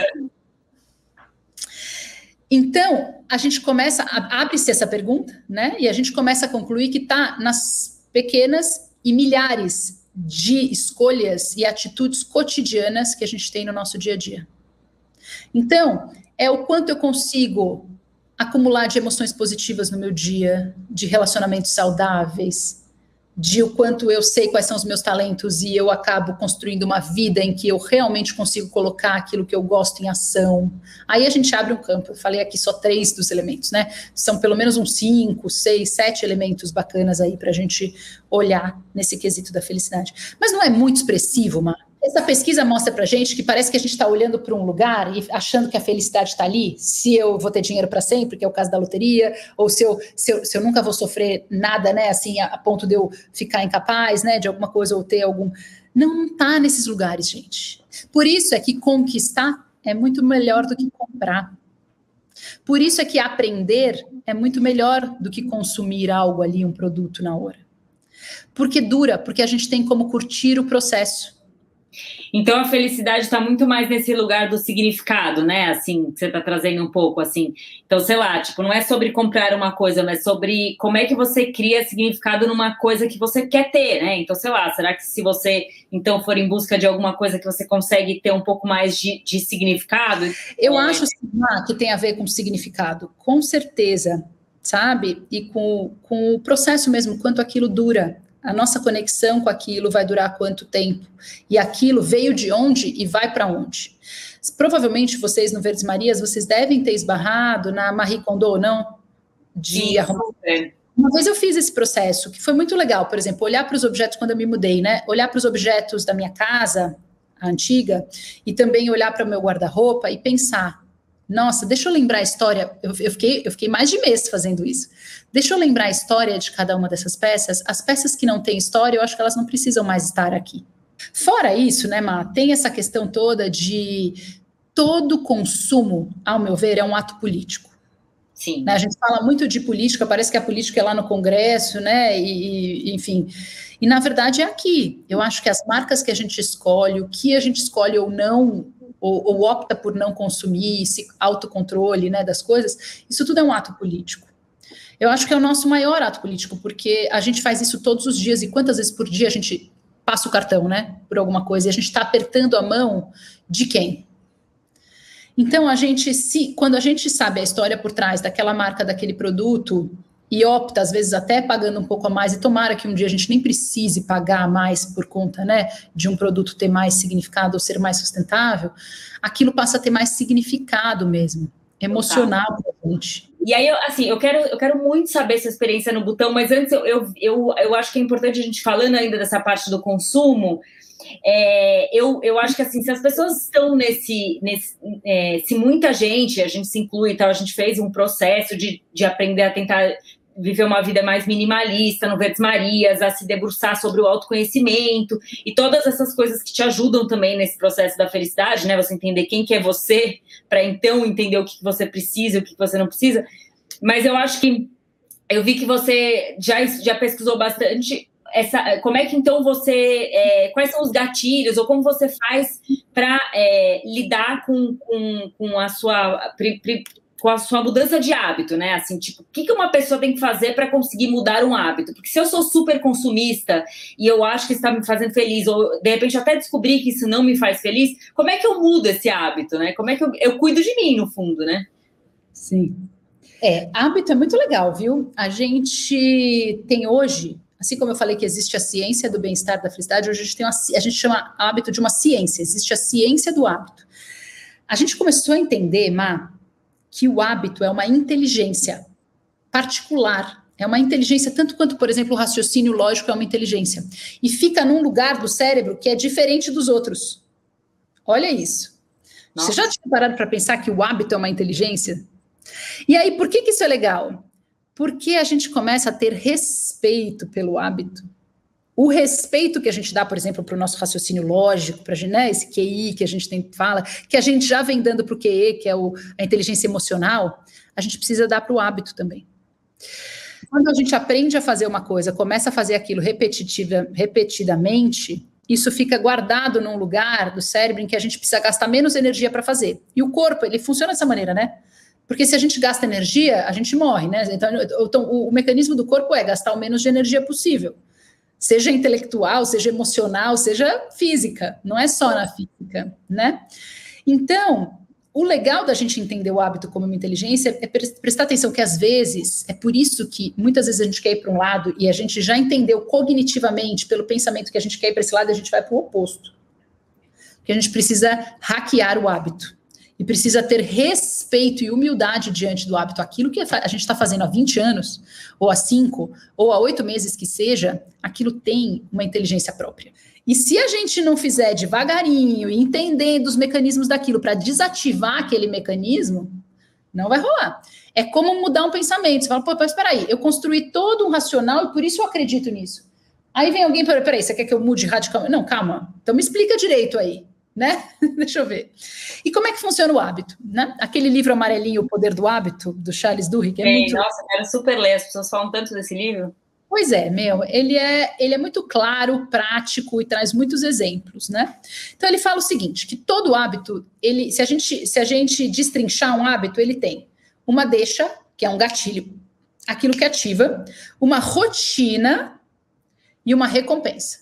Então, a gente começa, abre-se essa pergunta, né? E a gente começa a concluir que está nas pequenas e milhares de escolhas e atitudes cotidianas que a gente tem no nosso dia a dia. Então, é o quanto eu consigo acumular de emoções positivas no meu dia, de relacionamentos saudáveis, de o quanto eu sei quais são os meus talentos e eu acabo construindo uma vida em que eu realmente consigo colocar aquilo que eu gosto em ação. Aí a gente abre um campo. Eu falei aqui só três dos elementos, né? São pelo menos uns cinco, seis, sete elementos bacanas aí para a gente olhar nesse quesito da felicidade. Mas não é muito expressivo, Mar? Essa pesquisa mostra pra gente que parece que a gente está olhando para um lugar e achando que a felicidade está ali, se eu vou ter dinheiro para sempre, que é o caso da loteria, ou se eu, se eu, se eu nunca vou sofrer nada, né, assim, a, a ponto de eu ficar incapaz, né, de alguma coisa ou ter algum... Não, não está nesses lugares, gente. Por isso é que conquistar é muito melhor do que comprar. Por isso é que aprender é muito melhor do que consumir algo ali, um produto na hora. Porque dura, porque a gente tem como curtir o processo. Então a felicidade está muito mais nesse lugar do significado, né? Assim, que você está trazendo um pouco, assim. Então, sei lá, tipo, não é sobre comprar uma coisa, mas sobre como é que você cria significado numa coisa que você quer ter, né? Então, sei lá, será que se você, então, for em busca de alguma coisa que você consegue ter um pouco mais de, de significado? Eu é... acho que tem a ver com significado, com certeza, sabe? E com, com o processo mesmo, quanto aquilo dura. A nossa conexão com aquilo vai durar quanto tempo? E aquilo veio de onde e vai para onde? Provavelmente vocês no Verdes Marias, vocês devem ter esbarrado na Marie Kondo, não? De Sim, arrumar. É. Uma vez eu fiz esse processo, que foi muito legal, por exemplo, olhar para os objetos quando eu me mudei, né? Olhar para os objetos da minha casa, a antiga, e também olhar para o meu guarda-roupa e pensar, nossa, deixa eu lembrar a história, eu, eu, fiquei, eu fiquei mais de mês fazendo isso. Deixa eu lembrar a história de cada uma dessas peças. As peças que não têm história, eu acho que elas não precisam mais estar aqui. Fora isso, né, Má, tem essa questão toda de todo consumo, ao meu ver, é um ato político. Sim. Né, a gente fala muito de política, parece que a política é lá no Congresso, né, e, e, enfim. E, na verdade, é aqui. Eu acho que as marcas que a gente escolhe, o que a gente escolhe ou não, ou, ou opta por não consumir, esse autocontrole, né, das coisas, isso tudo é um ato político. Eu acho que é o nosso maior ato político, porque a gente faz isso todos os dias, e quantas vezes por dia a gente passa o cartão, né, por alguma coisa, e a gente está apertando a mão de quem? Então, a gente, se, quando a gente sabe a história por trás daquela marca, daquele produto, e opta, às vezes, até pagando um pouco a mais, e tomara que um dia a gente nem precise pagar mais por conta, né, de um produto ter mais significado ou ser mais sustentável, aquilo passa a ter mais significado mesmo, emocional para a gente. E aí, eu, assim, eu quero, eu quero muito saber sua experiência no Butão, mas antes eu, eu, eu, eu acho que é importante a gente, falando ainda dessa parte do consumo, é, eu, eu acho que, assim, se as pessoas estão nesse, nesse é, se muita gente, a gente se inclui e tal, a gente fez um processo de, de aprender a tentar viver uma vida mais minimalista no Verdes Marias, a se debruçar sobre o autoconhecimento e todas essas coisas que te ajudam também nesse processo da felicidade, né? Você entender quem que é você, para então entender o que você precisa e o que você não precisa. Mas eu acho que eu vi que você já, já pesquisou bastante essa, como é que então você, é, quais são os gatilhos ou como você faz para é, lidar com, com, com a sua pri, pri, com a sua mudança de hábito, né? Assim, tipo, o que, que uma pessoa tem que fazer para conseguir mudar um hábito? Porque se eu sou super consumista e eu acho que isso está me fazendo feliz, ou de repente até descobri que isso não me faz feliz, como é que eu mudo esse hábito, né? Como é que eu, eu cuido de mim, no fundo, né? Sim. É, hábito é muito legal, viu? A gente tem hoje, assim como eu falei que existe a ciência do bem-estar, da felicidade, hoje a gente tem uma, a gente chama hábito de uma ciência, existe a ciência do hábito. A gente começou a entender, Má, que o hábito é uma inteligência particular, é uma inteligência tanto quanto, por exemplo, o raciocínio lógico é uma inteligência, e fica num lugar do cérebro que é diferente dos outros. Olha isso. Nossa. Você já tinha parado para pensar que o hábito é uma inteligência? E aí, por que, que isso é legal? Porque a gente começa a ter respeito pelo hábito. O respeito que a gente dá, por exemplo, para o nosso raciocínio lógico, para né, esse Q I que a gente tem, fala, que a gente já vem dando para o Q E, que é o, a inteligência emocional, a gente precisa dar para o hábito também. Quando a gente aprende a fazer uma coisa, começa a fazer aquilo repetitiva, repetidamente, isso fica guardado num lugar do cérebro em que a gente precisa gastar menos energia para fazer. E o corpo, ele funciona dessa maneira, né? Porque se a gente gasta energia, a gente morre, né? Então, então o, o mecanismo do corpo é gastar o menos de energia possível. Seja intelectual, seja emocional, seja física, não é só na física, né? Então, o legal da gente entender o hábito como uma inteligência é prestar atenção que, às vezes, é por isso que muitas vezes a gente quer ir para um lado e a gente já entendeu cognitivamente, pelo pensamento que a gente quer ir para esse lado, a gente vai para o oposto. Porque a gente precisa hackear o hábito e precisa ter respeito e humildade diante do hábito. Aquilo que a gente está fazendo há vinte anos, ou há cinco, ou há oito meses que seja, aquilo tem uma inteligência própria. E se a gente não fizer devagarinho e entendendo os mecanismos daquilo para desativar aquele mecanismo, não vai rolar. É como mudar um pensamento. Você fala, pô, mas espera aí, eu construí todo um racional e por isso eu acredito nisso. Aí vem alguém, peraí, você quer que eu mude radicalmente? Não, calma, então me explica direito aí, né? Deixa eu ver. E como é que funciona o hábito, né? Aquele livro amarelinho, O Poder do Hábito, do Charles Duhigg, que é Bem, muito... Nossa, eu quero super ler, as pessoas falam tanto desse livro. Pois é, meu, ele é, ele é muito claro, prático e traz muitos exemplos, né? Então ele fala o seguinte, que todo hábito, ele, se a gente, se a gente destrinchar um hábito, ele tem uma deixa, que é um gatilho, aquilo que ativa, uma rotina e uma recompensa.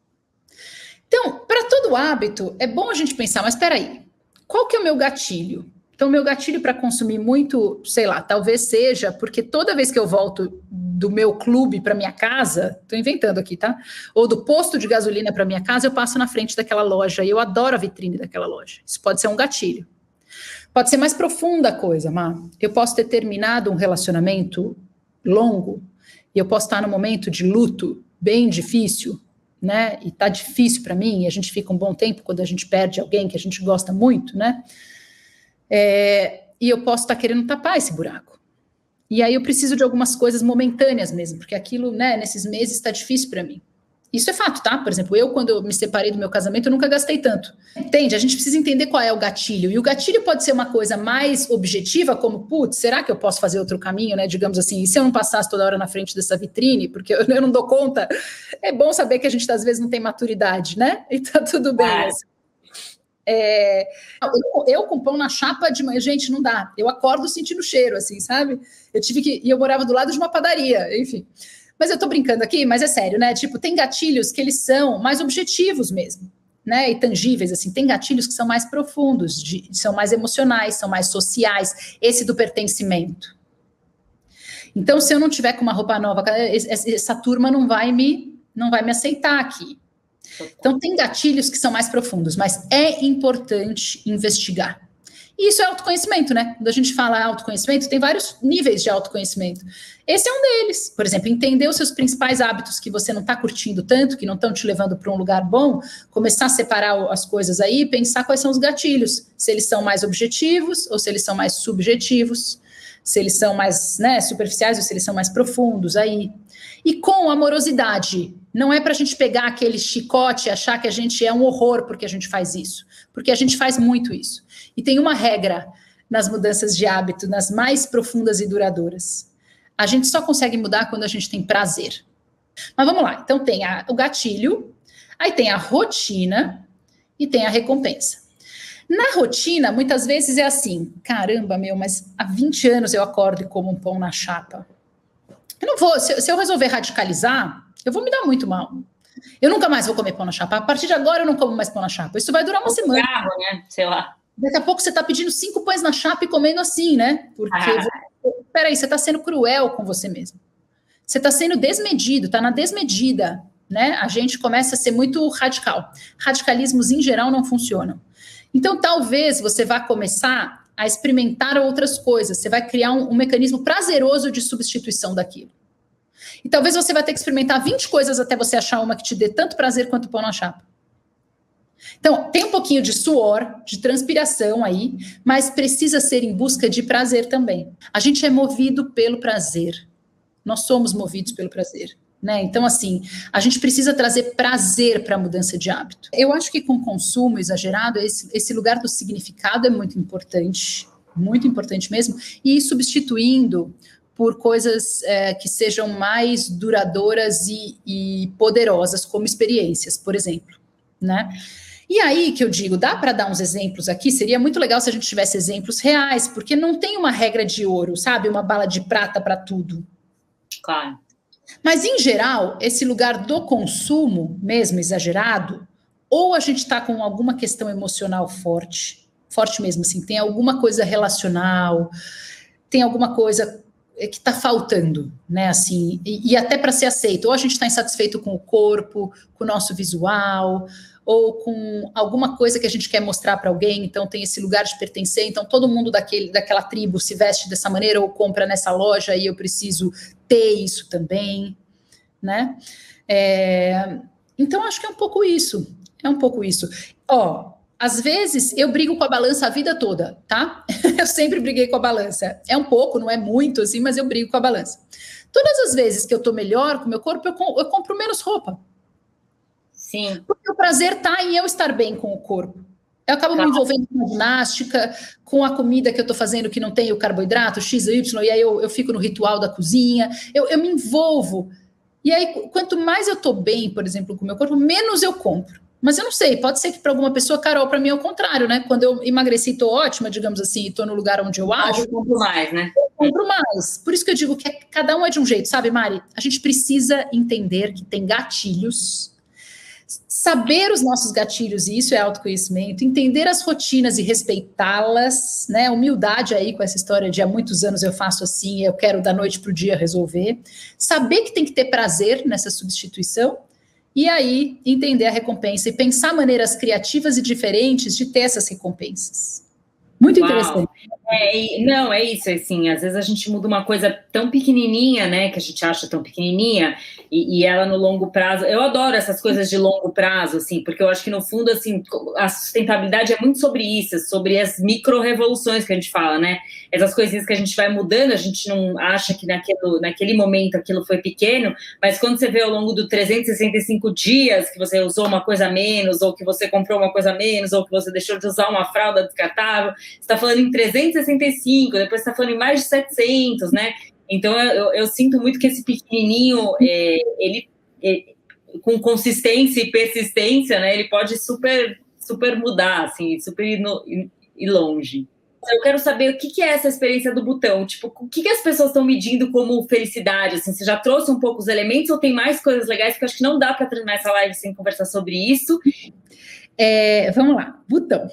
Então, para todo hábito, é bom a gente pensar, mas espera aí, qual que é o meu gatilho? Então, meu gatilho para consumir muito, sei lá, talvez seja porque toda vez que eu volto do meu clube para minha casa, estou inventando aqui, tá? Ou do posto de gasolina para minha casa, eu passo na frente daquela loja e eu adoro a vitrine daquela loja. Isso pode ser um gatilho. Pode ser mais profunda a coisa, Má. Eu posso ter terminado um relacionamento longo e eu posso estar num momento de luto bem difícil, né? E tá difícil para mim e a gente fica um bom tempo quando a gente perde alguém que a gente gosta muito, né? É, e eu posso estar querendo tapar esse buraco. E aí eu preciso de algumas coisas momentâneas mesmo, porque aquilo, né, nesses meses está difícil para mim. Isso é fato, tá? Por exemplo, eu, quando eu me separei do meu casamento, eu nunca gastei tanto. Entende? A gente precisa entender qual é o gatilho. E o gatilho pode ser uma coisa mais objetiva, como, putz, será que eu posso fazer outro caminho, né? Digamos assim, e se eu não passasse toda hora na frente dessa vitrine, porque eu, eu não dou conta, é bom saber que a gente, às vezes, não tem maturidade, né? E tá tudo bem. Ah. Assim. É, eu, eu com pão na chapa de manhã, gente, não dá. Eu acordo sentindo cheiro, assim, sabe? Eu tive que... E eu morava do lado de uma padaria, enfim. Mas eu tô brincando aqui, mas é sério, né? Tipo, tem gatilhos que eles são mais objetivos mesmo, né? E tangíveis, assim. Tem gatilhos que são mais profundos, de, são mais emocionais, são mais sociais. Esse do pertencimento. Então, se eu não tiver com uma roupa nova, essa turma não vai me, não vai me aceitar aqui. Então, tem gatilhos que são mais profundos, mas é importante investigar. E isso é autoconhecimento, né? Quando a gente fala autoconhecimento, tem vários níveis de autoconhecimento. Esse é um deles. Por exemplo, entender os seus principais hábitos que você não está curtindo tanto, que não estão te levando para um lugar bom, começar a separar as coisas aí e pensar quais são os gatilhos. Se eles são mais objetivos ou se eles são mais subjetivos. Se eles são mais, né, superficiais ou se eles são mais profundos aí. E com amorosidade. Não é para a gente pegar aquele chicote e achar que a gente é um horror porque a gente faz isso. Porque a gente faz muito isso. E tem uma regra nas mudanças de hábito, nas mais profundas e duradouras. A gente só consegue mudar quando a gente tem prazer. Mas vamos lá. Então tem a, o gatilho, aí tem a rotina e tem a recompensa. Na rotina, muitas vezes é assim, caramba, meu, mas há vinte anos eu acordo e como um pão na chapa. Eu não vou, se, se eu resolver radicalizar, eu vou me dar muito mal. Eu nunca mais vou comer pão na chapa. A partir de agora eu não como mais pão na chapa. Isso vai durar uma semana. Carro, né? Sei lá. Daqui a pouco você está pedindo cinco pães na chapa e comendo assim, né? Porque, ah. peraí, você está sendo cruel com você mesmo. Você está sendo desmedido, está na desmedida, né? A gente começa a ser muito radical. Radicalismos, em geral, não funcionam. Então, talvez você vá começar a experimentar outras coisas. Você vai criar um, um mecanismo prazeroso de substituição daquilo. E talvez você vai ter que experimentar vinte coisas até você achar uma que te dê tanto prazer quanto o pão na chapa. Então, tem um pouquinho de suor, de transpiração aí, mas precisa ser em busca de prazer também. A gente é movido pelo prazer. Nós somos movidos pelo prazer, né? Então, assim, a gente precisa trazer prazer para a mudança de hábito. Eu acho que com o consumo exagerado, esse, esse lugar do significado é muito importante, muito importante mesmo, e ir substituindo por coisas é, que sejam mais duradouras e, e poderosas, como experiências, por exemplo, né? E aí que eu digo, dá para dar uns exemplos aqui? Seria muito legal se a gente tivesse exemplos reais, porque não tem uma regra de ouro, sabe? Uma bala de prata para tudo. Claro. Mas, em geral, esse lugar do consumo, mesmo exagerado, ou a gente está com alguma questão emocional forte, forte mesmo, assim, tem alguma coisa relacional, tem alguma coisa que está faltando, né, assim, e, e até para ser aceito, ou a gente está insatisfeito com o corpo, com o nosso visual, ou com alguma coisa que a gente quer mostrar para alguém, então tem esse lugar de pertencer, então todo mundo daquele, daquela tribo se veste dessa maneira ou compra nessa loja e eu preciso ter isso também, né? É, então acho que é um pouco isso, é um pouco isso. Ó, às vezes eu brigo com a balança a vida toda, tá? Eu sempre briguei com a balança, é um pouco, não é muito assim, mas eu brigo com a balança. Todas as vezes que eu tô melhor com o meu corpo, eu, com, eu compro menos roupa. Sim. Porque o prazer está em eu estar bem com o corpo. Eu acabo claro. me envolvendo com a ginástica, com a comida que eu estou fazendo que não tem o carboidrato, X, Y, e aí eu, eu fico no ritual da cozinha, eu, eu me envolvo. E aí, quanto mais eu estou bem, por exemplo, com o meu corpo, menos eu compro. Mas eu não sei, pode ser que para alguma pessoa, Carol, para mim é o contrário, né? Quando eu emagreci e estou ótima, digamos assim, e estou no lugar onde eu acho... Eu compro mais, né? Eu compro mais. Por isso que eu digo que é, cada um é de um jeito, sabe, Mari? A gente precisa entender que tem gatilhos... Saber os nossos gatilhos, e isso é autoconhecimento, entender as rotinas e respeitá-las, né? Humildade aí com essa história de há muitos anos eu faço assim, eu quero da noite para o dia resolver. Saber que tem que ter prazer nessa substituição e aí entender a recompensa e pensar maneiras criativas e diferentes de ter essas recompensas. Muito Uau. Interessante. É, não, é isso, assim, às vezes a gente muda uma coisa tão pequenininha, né, que a gente acha tão pequenininha, e, e ela no longo prazo, eu adoro essas coisas de longo prazo, assim, porque eu acho que no fundo, assim, a sustentabilidade é muito sobre isso, sobre as micro-revoluções que a gente fala, né, essas coisinhas que a gente vai mudando, a gente não acha que naquele, naquele momento aquilo foi pequeno, mas quando você vê ao longo do trezentos e sessenta e cinco dias que você usou uma coisa a menos, ou que você comprou uma coisa a menos, ou que você deixou de usar uma fralda descartável, você está falando em trezentos e sessenta e cinco, depois você está falando em mais de setecentos, né? Então, eu, eu, eu sinto muito que esse pequenininho, é, ele, é, com consistência e persistência, né, ele pode super, super mudar, assim, super ir, no, ir, ir longe. Eu quero saber o que, que é essa experiência do botão, tipo, o que, que as pessoas estão medindo como felicidade, assim, você já trouxe um pouco os elementos ou tem mais coisas legais, porque eu acho que não dá para terminar essa live sem conversar sobre isso. É, vamos lá, botão.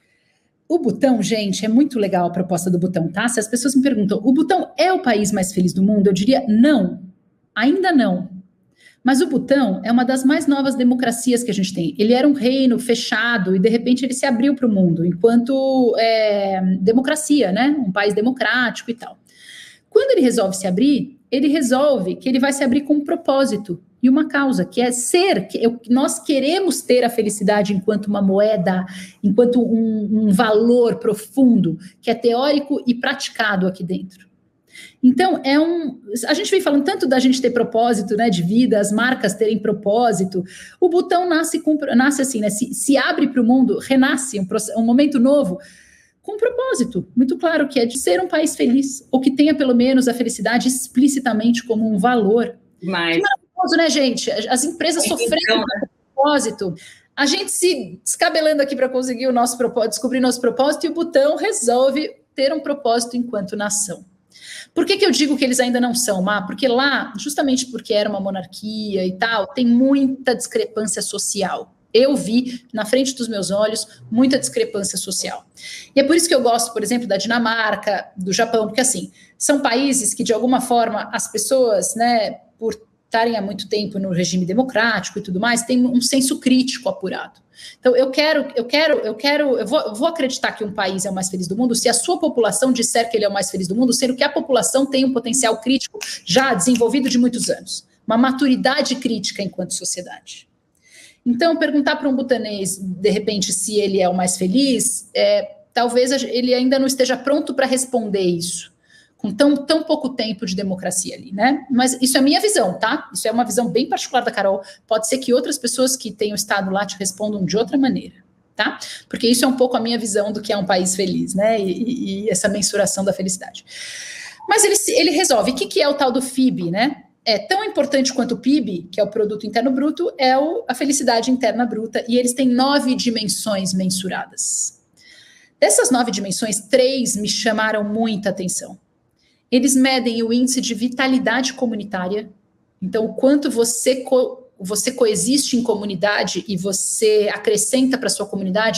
O Butão, gente, é muito legal a proposta do Butão, tá? Se as pessoas me perguntam, o Butão é o país mais feliz do mundo? Eu diria, não, ainda não. Mas o Butão é uma das mais novas democracias que a gente tem. Ele era um reino fechado e, de repente, ele se abriu para o mundo enquanto é, democracia, né? Um país democrático e tal. Quando ele resolve se abrir, ele resolve que ele vai se abrir com um propósito e uma causa, que é ser, que eu, nós queremos ter a felicidade enquanto uma moeda, enquanto um, um valor profundo, que é teórico e praticado aqui dentro. Então, é um... A gente vem falando tanto da gente ter propósito, né, de vida, as marcas terem propósito. O Butão nasce, com, nasce assim, né, se, se abre para o mundo, renasce, um, um momento novo, com um propósito muito claro, que é de ser um país feliz, ou que tenha pelo menos a felicidade explicitamente como um valor. Mas... Que maravilhoso, né, gente? As empresas é sofrendo então, né? com propósito, a gente se descabelando aqui para conseguir o nosso propósito, descobrir nosso propósito, e o Butão resolve ter um propósito enquanto nação. Por que que eu digo que eles ainda não são, Má? Porque lá, justamente porque era uma monarquia e tal, tem muita discrepância social. Eu vi, na frente dos meus olhos, muita discrepância social. E é por isso que eu gosto, por exemplo, da Dinamarca, do Japão, porque, assim, são países que, de alguma forma, as pessoas, né, por estarem há muito tempo no regime democrático e tudo mais, têm um senso crítico apurado. Então, eu quero, eu quero, eu quero, eu vou, eu vou acreditar que um país é o mais feliz do mundo se a sua população disser que ele é o mais feliz do mundo, sendo que a população tem um potencial crítico já desenvolvido de muitos anos, uma maturidade crítica enquanto sociedade. Então, perguntar para um butanês, de repente, se ele é o mais feliz, é, talvez ele ainda não esteja pronto para responder isso, com tão, tão pouco tempo de democracia ali, né? Mas isso é a minha visão, tá? Isso é uma visão bem particular da Carol. Pode ser que outras pessoas que tenham estado lá te respondam de outra maneira, tá? Porque isso é um pouco a minha visão do que é um país feliz, né? E, e essa mensuração da felicidade. Mas ele, ele resolve. O que, que é o tal do F I B, né? É tão importante quanto o P I B, que é o Produto Interno Bruto, é o, a felicidade interna bruta, e eles têm nove dimensões mensuradas. Dessas nove dimensões, três me chamaram muita atenção. Eles medem o índice de vitalidade comunitária, então o quanto você, co, você coexiste em comunidade e você acrescenta para a sua comunidade e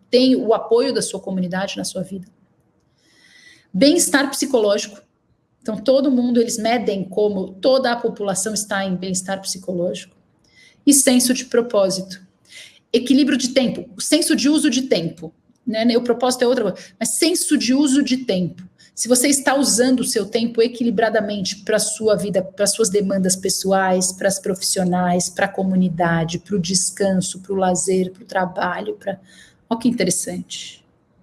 tem o apoio da sua comunidade na sua vida. Bem-estar psicológico. Então, todo mundo, eles medem como toda a população está em bem-estar psicológico. E senso de propósito. Equilíbrio de tempo, senso de uso de tempo. Né? O propósito é outra coisa, mas senso de uso de tempo. Se você está usando o seu tempo equilibradamente para a sua vida, para as suas demandas pessoais, para as profissionais, para a comunidade, para o descanso, para o lazer, para o trabalho, para... Olha que interessante.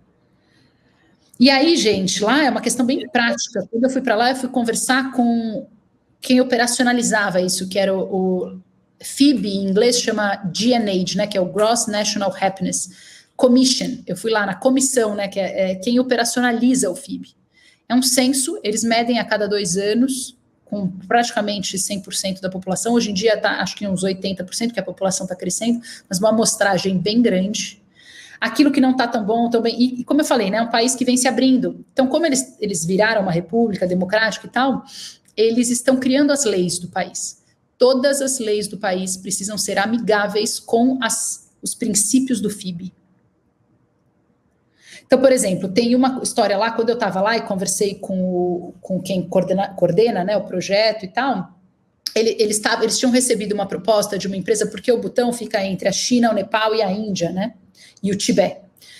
E aí, gente, lá é uma questão bem prática. Quando eu fui para lá, eu fui conversar com quem operacionalizava isso, que era o, o F I B, em inglês chama G N H, né, que é o Gross National Happiness Commission. Eu fui lá na comissão, né, que é, é quem operacionaliza o F I B. É um censo, eles medem a cada dois anos, com praticamente cem por cento da população. Hoje em dia está, acho que uns oitenta por cento, que a população está crescendo, mas uma amostragem bem grande. Aquilo que não está tão bom, tão bem, e, e como eu falei, né, é um país que vem se abrindo. Então, como eles, eles viraram uma república democrática e tal, eles estão criando as leis do país. Todas as leis do país precisam ser amigáveis com as, os princípios do F I B. Então, por exemplo, tem uma história lá, quando eu estava lá e conversei com, o, com quem coordena, coordena né, o projeto e tal, ele, eles, tavam, eles tinham recebido uma proposta de uma empresa, porque o Butão fica entre a China, o Nepal e a Índia, né? E o Tibete.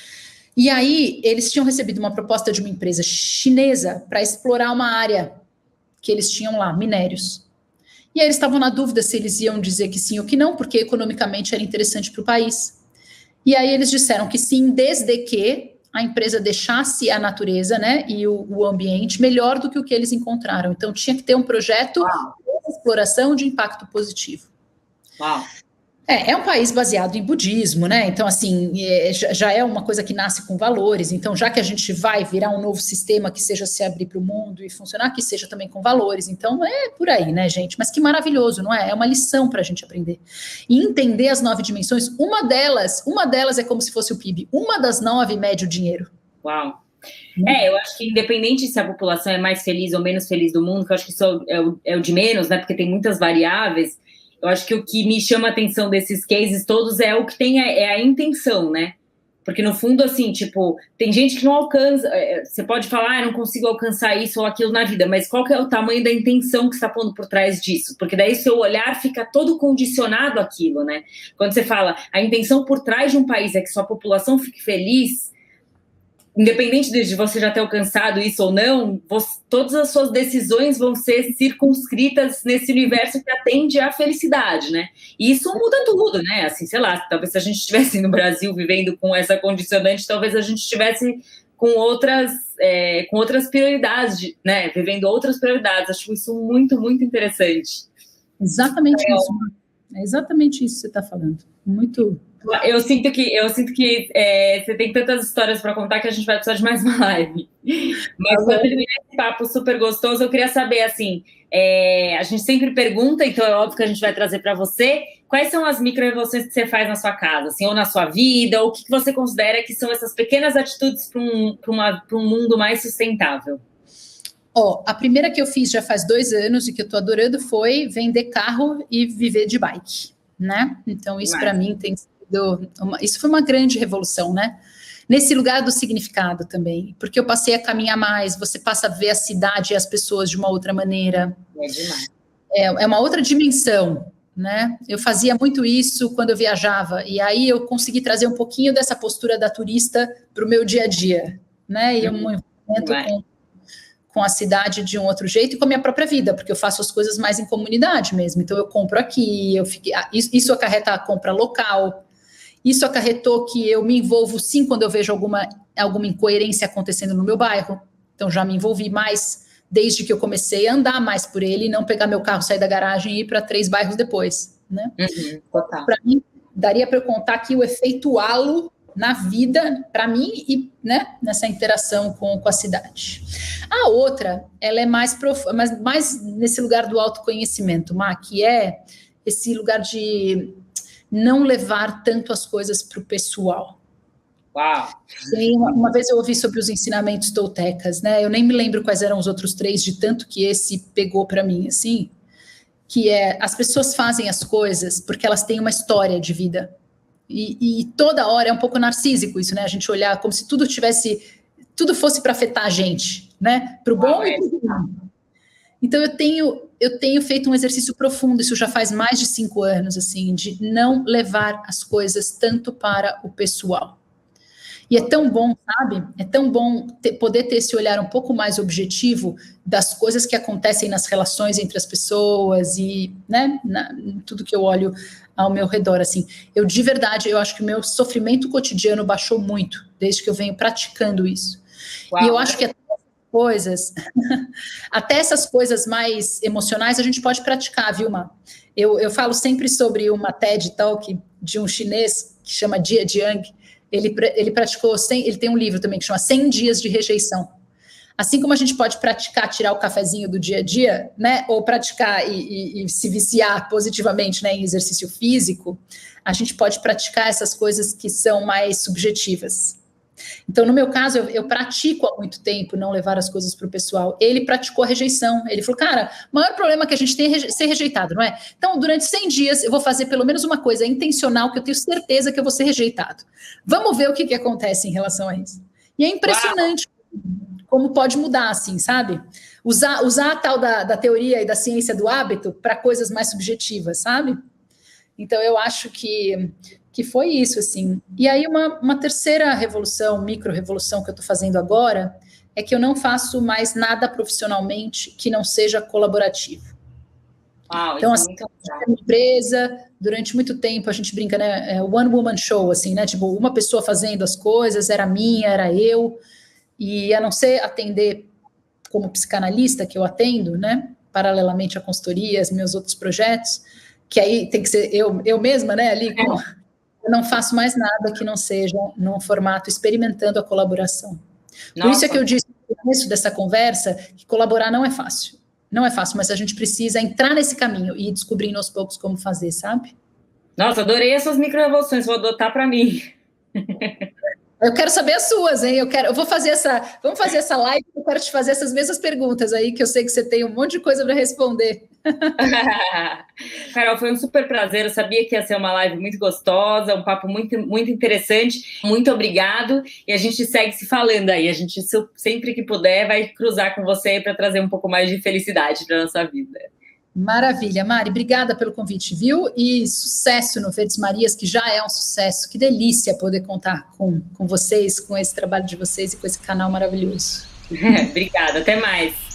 E aí, eles tinham recebido uma proposta de uma empresa chinesa para explorar uma área que eles tinham lá, minérios. E aí eles estavam na dúvida se eles iam dizer que sim ou que não, porque economicamente era interessante para o país. E aí eles disseram que sim, desde que a empresa deixasse a natureza, né, e o, o ambiente melhor do que o que eles encontraram. Então, tinha que ter um projeto Uau. de exploração de impacto positivo. Uau. É, é um país baseado em budismo, né? Então, assim, é, já é uma coisa que nasce com valores. Então, já que a gente vai virar um novo sistema que seja se abrir para o mundo e funcionar, que seja também com valores. Então, é por aí, né, gente? Mas que maravilhoso, não é? É uma lição para a gente aprender. E entender as nove dimensões, uma delas, uma delas é como se fosse o P I B. Uma das nove mede o dinheiro. Uau! É, eu acho que independente se a população é mais feliz ou menos feliz do mundo, que eu acho que isso é o, é o de menos, né? Porque tem muitas variáveis. Eu acho que o que me chama a atenção desses cases todos é o que tem a, é a intenção, né? Porque no fundo, assim, tipo, tem gente que não alcança, você pode falar, ah, eu não consigo alcançar isso ou aquilo na vida, mas qual que é o tamanho da intenção que você está pondo por trás disso? Porque daí seu olhar fica todo condicionado àquilo, né? Quando você fala, a intenção por trás de um país é que sua população fique feliz, independente de você já ter alcançado isso ou não, você, todas as suas decisões vão ser circunscritas nesse universo que atende à felicidade, né? E isso muda tudo, né? Assim, sei lá, talvez se a gente estivesse no Brasil vivendo com essa condicionante, talvez a gente estivesse com outras, é, com outras prioridades, né? Vivendo outras prioridades. Acho isso muito, muito interessante. Exatamente é, isso. É exatamente isso que você está falando. Muito... Eu sinto que, eu sinto que é, você tem tantas histórias para contar que a gente vai precisar de mais uma live. Mas para terminar esse papo super gostoso, eu queria saber, assim, é, a gente sempre pergunta, então é óbvio que a gente vai trazer para você, quais são as micro-revoluções que você faz na sua casa, assim, ou na sua vida, ou o que você considera que são essas pequenas atitudes para um, para uma, para um mundo mais sustentável? Ó, oh, a primeira que eu fiz já faz dois anos e que eu tô adorando foi vender carro e viver de bike, né? Então isso para mim tem Uma, isso foi uma grande revolução, né? Nesse lugar do significado também, porque eu passei a caminhar mais, você passa a ver a cidade e as pessoas de uma outra maneira. É demais. É, é uma outra dimensão, né? Eu fazia muito isso quando eu viajava, e aí eu consegui trazer um pouquinho dessa postura da turista para o meu dia a dia, né? E um envolvimento com, com a cidade de um outro jeito e com a minha própria vida, porque eu faço as coisas mais em comunidade mesmo. Então eu compro aqui, eu fiquei, isso, isso acarreta a compra local. Isso acarretou que eu me envolvo, sim, quando eu vejo alguma, alguma incoerência acontecendo no meu bairro. Então, já me envolvi mais desde que eu comecei a andar mais por ele e não pegar meu carro, sair da garagem e ir para três bairros depois, né? Uhum, para mim, daria para eu contar aqui o efeito halo na vida, para mim, e né, nessa interação com, com a cidade. A outra, ela é mais, prof... mais, mais nesse lugar do autoconhecimento, Má, que é esse lugar de... não levar tanto as coisas para o pessoal. Uau! Sim, uma, uma vez eu ouvi sobre os ensinamentos toltecas, né? Eu nem me lembro quais eram os outros três, de tanto que esse pegou para mim, assim, que é, as pessoas fazem as coisas porque elas têm uma história de vida. E, e toda hora é um pouco narcísico isso, né? A gente olhar como se tudo tivesse, tudo fosse para afetar a gente, né? Para o bom ah, e para o ruim. Então eu tenho, eu tenho feito um exercício profundo, isso já faz mais de cinco anos, assim, de não levar as coisas tanto para o pessoal. E é tão bom, sabe? É tão bom ter, poder ter esse olhar um pouco mais objetivo das coisas que acontecem nas relações entre as pessoas e, né, na, tudo que eu olho ao meu redor, assim. Eu, de verdade, eu acho que o meu sofrimento cotidiano baixou muito, desde que eu venho praticando isso. Uau. E eu acho que até essas coisas, até essas coisas mais emocionais a gente pode praticar, viu, Má? Eu, eu falo sempre sobre uma TED Talk de um chinês que chama Jia Jiang. Ele, ele praticou, cem, ele tem um livro também que chama cem dias de rejeição. Assim como a gente pode praticar tirar o cafezinho do dia a dia, né, ou praticar e, e, e se viciar positivamente, né, em exercício físico, a gente pode praticar essas coisas que são mais subjetivas. Então, no meu caso, eu, eu pratico há muito tempo não levar as coisas para o pessoal. Ele praticou a rejeição. Ele falou, cara, o maior problema que a gente tem é reje- ser rejeitado, não é? Então, durante cem dias, eu vou fazer pelo menos uma coisa intencional que eu tenho certeza que eu vou ser rejeitado. Vamos ver o que, que acontece em relação a isso. E é impressionante Uau. Como pode mudar, assim, sabe? Usar, usar a tal da, da teoria e da ciência do hábito para coisas mais subjetivas, sabe? Então, eu acho que... que foi isso, assim. E aí uma, uma terceira revolução, micro-revolução que eu estou fazendo agora, é que eu não faço mais nada profissionalmente que não seja colaborativo. Uau, então, assim, a minha empresa, durante muito tempo, a gente brinca, né, é one woman show, assim, né, tipo, uma pessoa fazendo as coisas, era minha, era eu, e a não ser atender como psicanalista, que eu atendo, né, paralelamente à consultoria, aos meus outros projetos, que aí tem que ser eu, eu mesma, né, ali com... Eu não faço mais nada que não seja num formato experimentando a colaboração. Nossa. Por isso é que eu disse no começo dessa conversa que colaborar não é fácil. Não é fácil, mas a gente precisa entrar nesse caminho e ir descobrindo aos poucos como fazer, sabe? Nossa, adorei essas micro-revoluções, vou adotar para mim. Eu quero saber as suas, hein? Eu quero, eu vou fazer essa, vamos fazer essa live, eu quero te fazer essas mesmas perguntas aí, que eu sei que você tem um monte de coisa para responder. Carol, foi um super prazer, eu sabia que ia ser uma live muito gostosa, um papo muito, muito interessante, muito obrigado, e a gente segue se falando aí, a gente sempre que puder vai cruzar com você para trazer um pouco mais de felicidade para nossa vida. Maravilha, Mari, obrigada pelo convite, viu? E sucesso no Verdes Marias, que já é um sucesso. Que delícia poder contar com, com vocês, com esse trabalho de vocês e com esse canal maravilhoso. Obrigada, até mais.